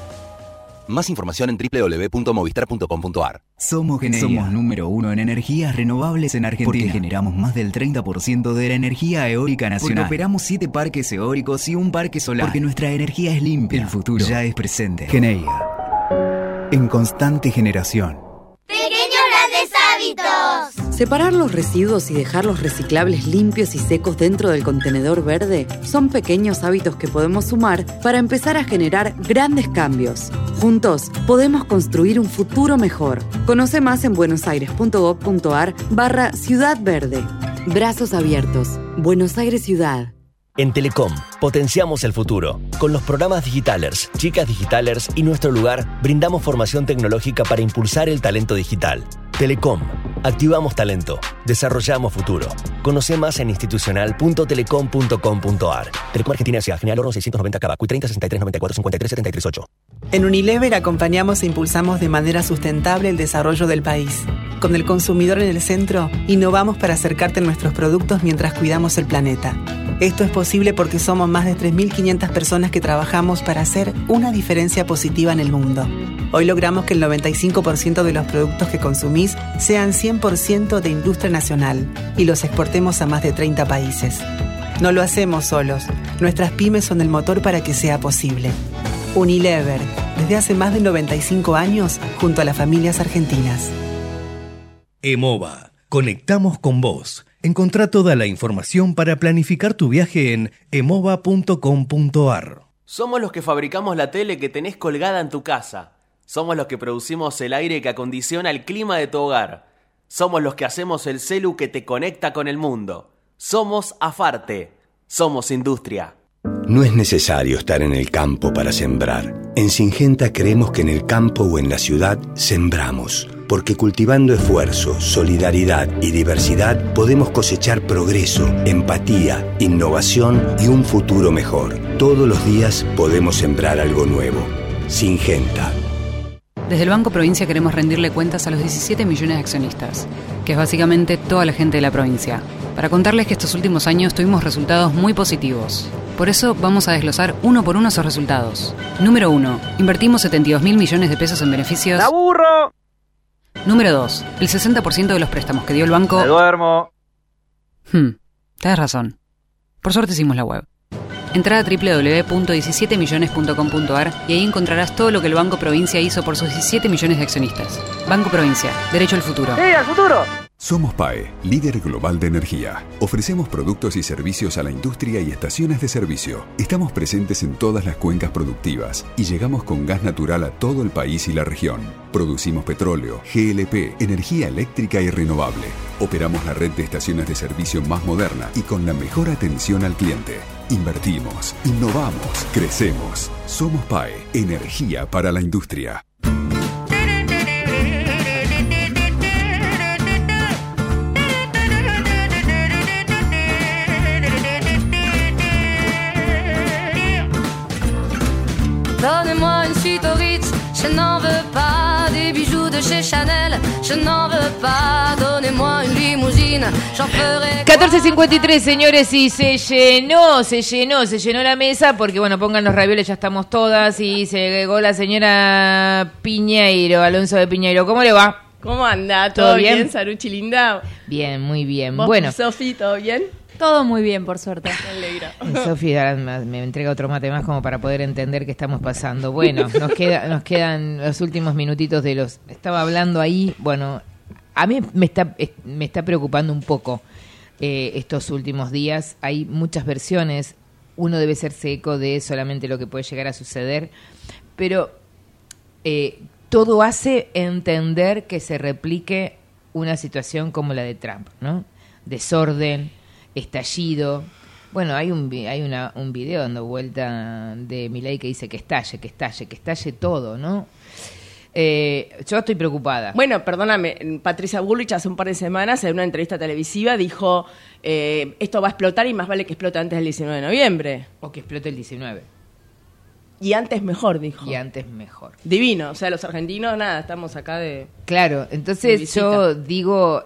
Más información en www.movistar.com.ar. Somos Geneia. Somos número 1 en energías renovables en Argentina. Porque generamos más del 30% de la energía eólica nacional. Porque operamos 7 parques eólicos y un parque solar. Porque nuestra energía es limpia. El futuro ya es presente. Geneia. En constante generación. ¡Pequeños grandes hábitos! Separar los residuos y dejar los reciclables limpios y secos dentro del contenedor verde son pequeños hábitos que podemos sumar para empezar a generar grandes cambios. Juntos podemos construir un futuro mejor. Conoce más en buenosaires.gov.ar/Ciudad Verde. Brazos abiertos. Buenos Aires Ciudad. En Telecom, potenciamos el futuro. Con los programas Digitalers, Chicas Digitalers y Nuestro Lugar, brindamos formación tecnológica para impulsar el talento digital. Telecom, activamos talento, desarrollamos futuro. Conoce más en institucional.telecom.com.ar. Telecom Argentina S.A. General Oro 690 Cava, 30 63 94 53 73 8. En Unilever acompañamos e impulsamos de manera sustentable el desarrollo del país. Con el consumidor en el centro, innovamos para acercarte a nuestros productos mientras cuidamos el planeta. Esto es posible porque somos más de 3.500 personas que trabajamos para hacer una diferencia positiva en el mundo. Hoy logramos que el 95% de los productos que consumís sean 100% de industria nacional y los exportemos a más de 30 países. No lo hacemos solos. Nuestras pymes son el motor para que sea posible. Unilever, desde hace más de 95 años, junto a las familias argentinas. EMOVA. Conectamos con vos. Encontrá toda la información para planificar tu viaje en emova.com.ar. Somos los que fabricamos la tele que tenés colgada en tu casa. Somos los que producimos el aire que acondiciona el clima de tu hogar. Somos los que hacemos el celu que te conecta con el mundo. Somos Afarte. Somos industria. No es necesario estar en el campo para sembrar. En Syngenta creemos que en el campo o en la ciudad sembramos, porque cultivando esfuerzo, solidaridad y diversidad podemos cosechar progreso, empatía, innovación y un futuro mejor. Todos los días podemos sembrar algo nuevo. Syngenta. Desde el Banco Provincia queremos rendirle cuentas a los 17 millones de accionistas, que es básicamente toda la gente de la provincia, para contarles que estos últimos años tuvimos resultados muy positivos. Por eso vamos a desglosar uno por uno esos resultados. Número 1. Invertimos 72.000 millones de pesos en beneficios. ¡La burro! Número 2. El 60% de los préstamos que dio el banco... ¡Me duermo! Tienes razón. Por suerte hicimos la web. Entrá a www.17millones.com.ar y ahí encontrarás todo lo que el Banco Provincia hizo por sus 17 millones de accionistas. Banco Provincia, derecho al futuro. ¡Sí, al futuro! Somos PAE, líder global de energía. Ofrecemos productos y servicios a la industria y estaciones de servicio. Estamos presentes en todas las cuencas productivas y llegamos con gas natural a todo el país y la región. Producimos petróleo, GLP, energía eléctrica y renovable. Operamos la red de estaciones de servicio más moderna y con la mejor atención al cliente. Invertimos, innovamos, crecemos. Somos PAE, energía para la industria. Donnez-moi une suite au Ritz, je n'en veux pas. Des bijoux de chez Chanel, je n'en veux pas. Donnez-moi une limousine, j'en ferai. 14:53, señores, y se llenó la mesa porque, bueno, pongan los ravioles, ya estamos todas, y se llegó la señora Piñeiro, Alonso de Piñeiro. ¿Cómo le va? ¿Cómo anda? ¿Todo bien? Saruchi linda. Bien, muy bien. ¿Vos, Bueno, Sofi, todo bien? Todo muy bien, por suerte. Me alegra. Sofi me entrega otro mate más como para poder entender qué estamos pasando. Bueno, nos quedan los últimos minutitos de los... Estaba hablando ahí, bueno, a mí me está preocupando un poco estos últimos días. Hay muchas versiones, uno debe hacerse eco de solamente lo que puede llegar a suceder, pero todo hace entender que se replique una situación como la de Trump, ¿no? Desorden, estallido. Bueno, hay un video dando vuelta de Milei que dice que estalle todo, ¿no? Yo estoy preocupada. Bueno, perdóname, Patricia Bullrich hace un par de semanas en una entrevista televisiva dijo esto va a explotar y más vale que explote antes del 19 de noviembre. O que explote el 19. Y antes mejor, dijo. Y antes mejor. Divino, o sea, los argentinos, nada, estamos acá de... Claro, entonces yo digo...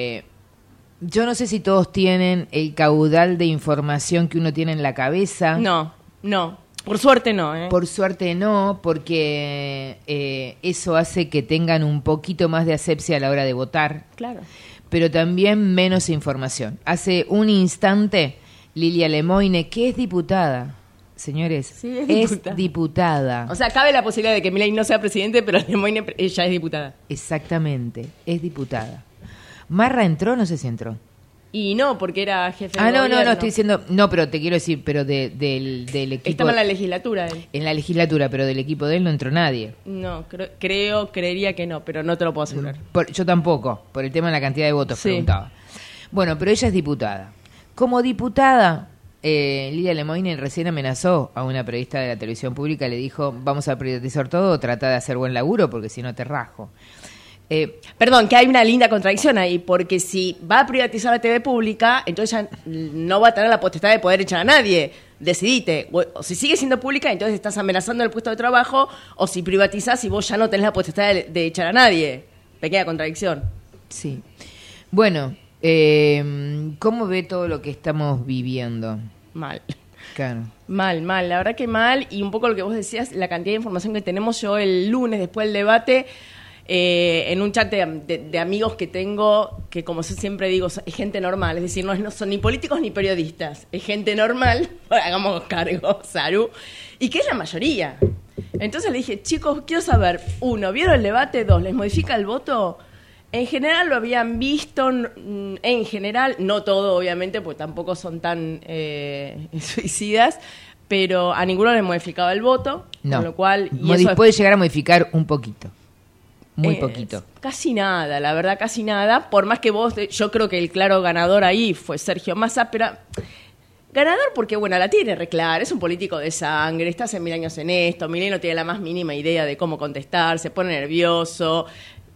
yo no sé si todos tienen el caudal de información que uno tiene en la cabeza. No. Por suerte no, Por suerte no, porque eso hace que tengan un poquito más de asepsia a la hora de votar. Claro. Pero también menos información. Hace un instante, Lilia Lemoine, que es diputada, señores, sí, es diputada. O sea, cabe la posibilidad de que Milei no sea presidente, pero Lemoine ella es diputada. Exactamente, es diputada. Marra entró, no sé si entró. Y no, porque era jefe de gobierno. No, estoy diciendo... No, pero te quiero decir, pero del equipo... Estaba en la legislatura él. En la legislatura, pero del equipo de él no entró nadie. No, creería que no, pero no te lo puedo asegurar. Yo tampoco, por el tema de la cantidad de votos, sí. Preguntaba. Bueno, pero ella es diputada. Como diputada, Lilia Lemoine recién amenazó a una periodista de la televisión pública, le dijo, vamos a privatizar todo, trata de hacer buen laburo, porque si no te rajo. Perdón, que hay una linda contradicción ahí, porque si va a privatizar la TV pública, entonces ya no va a tener la potestad de poder echar a nadie. Decidite, o si sigue siendo pública, entonces estás amenazando el puesto de trabajo, o si privatizás y vos ya no tenés la potestad de echar a nadie. Pequeña contradicción. Sí. Bueno, ¿cómo ve todo lo que estamos viviendo? Mal. Claro. Mal, la verdad que mal, y un poco lo que vos decías, la cantidad de información que tenemos. Yo el lunes, después del debate... en un chat de amigos que tengo, que como yo siempre digo, es gente normal, es decir, no son ni políticos ni periodistas, es gente normal, hagamos cargo, Saru, y que es la mayoría. Entonces le dije, chicos, quiero saber, 1, ¿vieron el debate? 2, ¿les modifica el voto? En general lo habían visto, en general, no todo obviamente, porque tampoco son tan suicidas, pero a ninguno les modificaba el voto, no. Con lo cual... puede llegar a modificar un poquito. Muy poquito. Casi nada, la verdad, casi nada. Por más que yo creo que el claro ganador ahí fue Sergio Massa, pero ganador porque, bueno, la tiene reclara, es un político de sangre, está hace 1000 años en esto, Milei no tiene la más mínima idea de cómo contestar, se pone nervioso,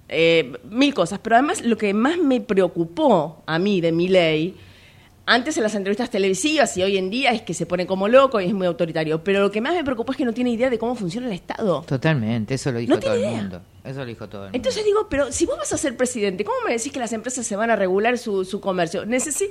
1000 cosas. Pero además lo que más me preocupó a mí de Milei, antes en las entrevistas televisivas y hoy en día, es que se pone como loco y es muy autoritario. Pero lo que más me preocupó es que no tiene idea de cómo funciona el Estado. Totalmente, eso lo dijo todo el mundo. Eso lo dijo todo el mundo. Entonces digo, pero si vos vas a ser presidente, ¿cómo me decís que las empresas se van a regular su comercio?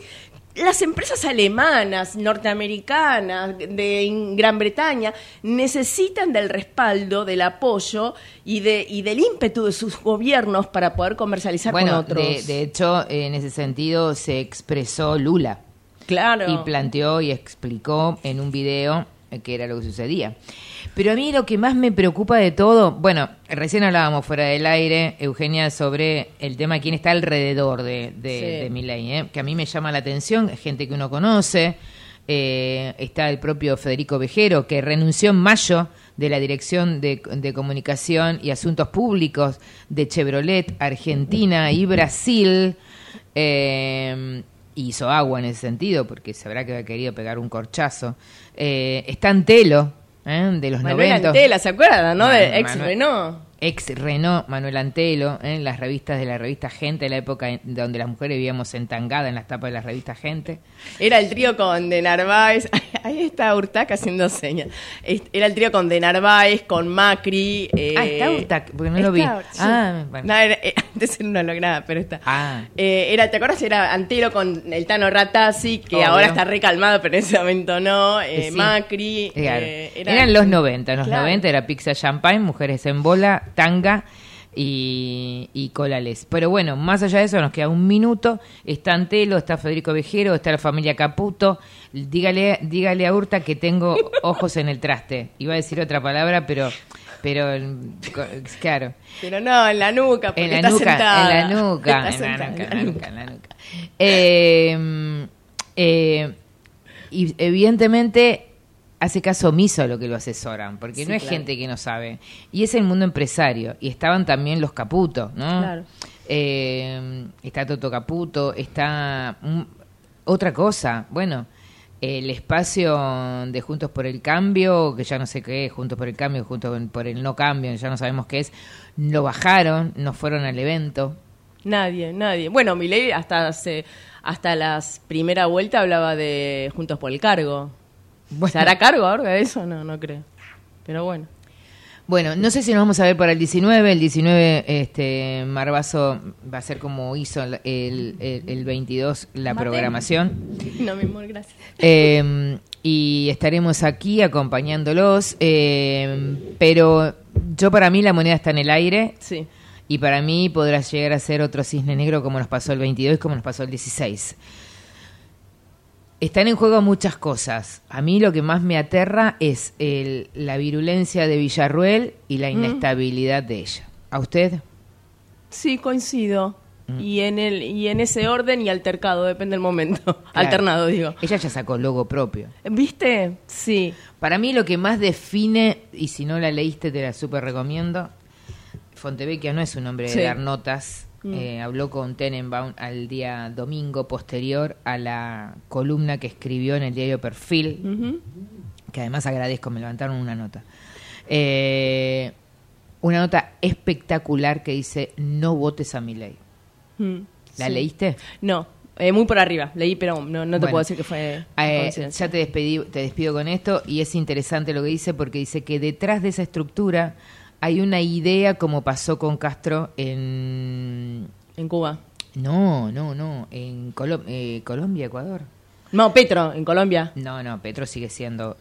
Las empresas alemanas, norteamericanas, de Gran Bretaña, necesitan del respaldo, del apoyo y del ímpetu de sus gobiernos para poder comercializar con otros. De hecho, en ese sentido se expresó Lula. Claro. Y planteó y explicó en un video qué era lo que sucedía. Pero a mí lo que más me preocupa de todo, bueno, recién hablábamos fuera del aire, Eugenia, sobre el tema de quién está alrededor de Milei, que a mí me llama la atención, gente que uno conoce, está el propio Federico Vejero, que renunció en mayo de la Dirección de Comunicación y Asuntos Públicos de Chevrolet, Argentina y Brasil, y hizo agua en ese sentido, porque sabrá que había querido pegar un corchazo. Está Antelo, de los Manuel 90. Antela, ¿se acuerdan, no? De ex Renault. Ex Renault, Manuel Antelo, en las revistas de la revista Gente, la época donde las mujeres vivíamos entangadas en las tapas de la revista Gente. Era el trío con De Narváez, ahí está Urtac haciendo señas. Era el trío con De Narváez, con Macri. Está Urtac, porque no lo vi. Sí. Bueno. No, antes era una lograda, pero está. ¿te acuerdas? Era Antelo con el Tano Ratazzi, que ahora está recalmado, pero en ese momento no. Sí. Macri. Claro. Eran los 90, los 90 era Pizza Champagne, Mujeres en Bola, Tanga y Colales. Pero bueno, más allá de eso nos queda un minuto. Está Antelo, está Federico Vejero, está la familia Caputo. Dígale a Urta que tengo ojos en el traste. Iba a decir otra palabra, pero claro. Pero no, en la nuca, porque en la está nuca, sentada. En la nuca. Y evidentemente hace caso omiso a lo que lo asesoran, porque no es gente que no sabe. Y es el mundo empresario. Y estaban también los Caputo, ¿no? Claro. Está Toto Caputo, está otra cosa. Bueno, el espacio de Juntos por el Cambio, que ya no sé qué es, Juntos por el Cambio, Juntos por el No Cambio, ya no sabemos qué es, lo bajaron, no fueron al evento. Nadie. Bueno, Milei hasta la primera vuelta hablaba de Juntos por el Cargo. Bueno. ¿Se hará cargo ahora de eso? No creo. Pero bueno. Bueno, no sé si nos vamos a ver para el 19. El 19, Marbazo va a ser como hizo el 22 la programación. No, mi amor, gracias. Y estaremos aquí acompañándolos. Pero para mí la moneda está en el aire. Sí. Y para mí podrá llegar a ser otro cisne negro como nos pasó el 22 y como nos pasó el 16. Están en juego muchas cosas. A mí lo que más me aterra es la virulencia de Villarruel y la inestabilidad de ella. ¿A usted? Sí, coincido. Y en ese orden y altercado, depende del momento. Claro. Alternado, digo. Ella ya sacó logo propio. ¿Viste? Sí. Para mí lo que más define, y si no la leíste te la súper recomiendo, Fontevecchia no es un hombre de dar notas. Habló con Tenenbaum al día domingo posterior a la columna que escribió en el diario Perfil, que además agradezco, me levantaron una nota. Una nota espectacular que dice: no votes a Milei. ¿La leíste? No, muy por arriba, leí, pero no te puedo decir que fue ya te despido con esto, y es interesante lo que dice, porque dice que detrás de esa estructura hay una idea, como pasó con Castro en Cuba. No, en Colombia, Ecuador. No, Petro, en Colombia. No, Petro sigue siendo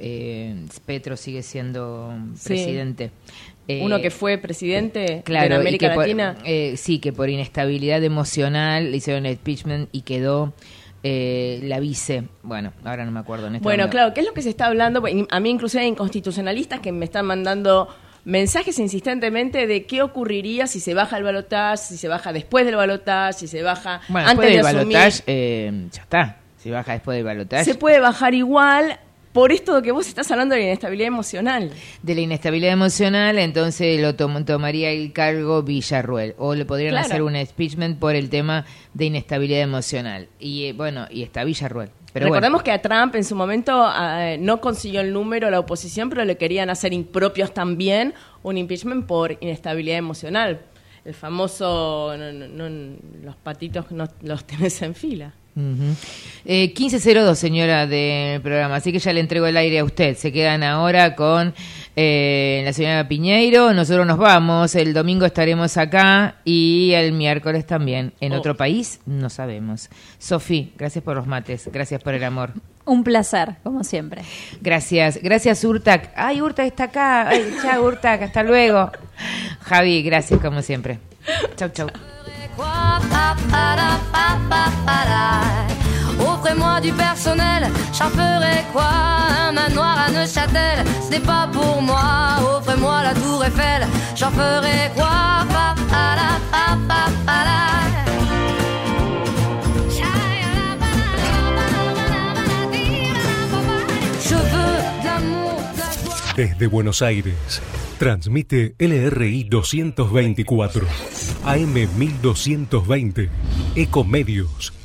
presidente. Uno que fue presidente, claro, de América Latina. Sí, que por inestabilidad emocional le hicieron el impeachment y quedó la vice. Bueno, ahora no me acuerdo. Claro, ¿qué es lo que se está hablando? A mí inclusive hay inconstitucionalistas que me están mandando mensajes insistentemente de qué ocurriría si se baja el balotaje, si se baja después del balotaje, si se baja antes del balotaje. Ya está. Si baja después del balotaje. Se puede bajar igual por esto que vos estás hablando de la inestabilidad emocional. De la inestabilidad emocional, entonces lo tomaría el cargo Villarruel. O le podrían hacer un impeachment por el tema de inestabilidad emocional. Y y está Villarruel. Pero recordemos que a Trump en su momento no consiguió el número la oposición, pero le querían hacer impropios también un impeachment por inestabilidad emocional. El famoso, los patitos no los tenés en fila. 15:02, señora del programa, así que ya le entrego el aire a usted. Se quedan ahora con la señora Piñeiro. Nosotros nos vamos, el domingo estaremos acá y el miércoles también. En otro país, no sabemos. Sofi, gracias por los mates, gracias por el amor. Un placer, como siempre. Gracias Urtac. Ay, Urtac está acá. Ay, chao Urtac, hasta luego. Javi, gracias como siempre. Chau. Offrez-moi du personnel, j'en ferai quoi? Un manoir à Neuchâtel, ce n'est pas pour moi. Offrez-moi la tour Eiffel, j'en ferai quoi? Je veux de l'amour, de la joie. Desde Buenos Aires, transmite LRI 224, AM 1220, Ecomedios.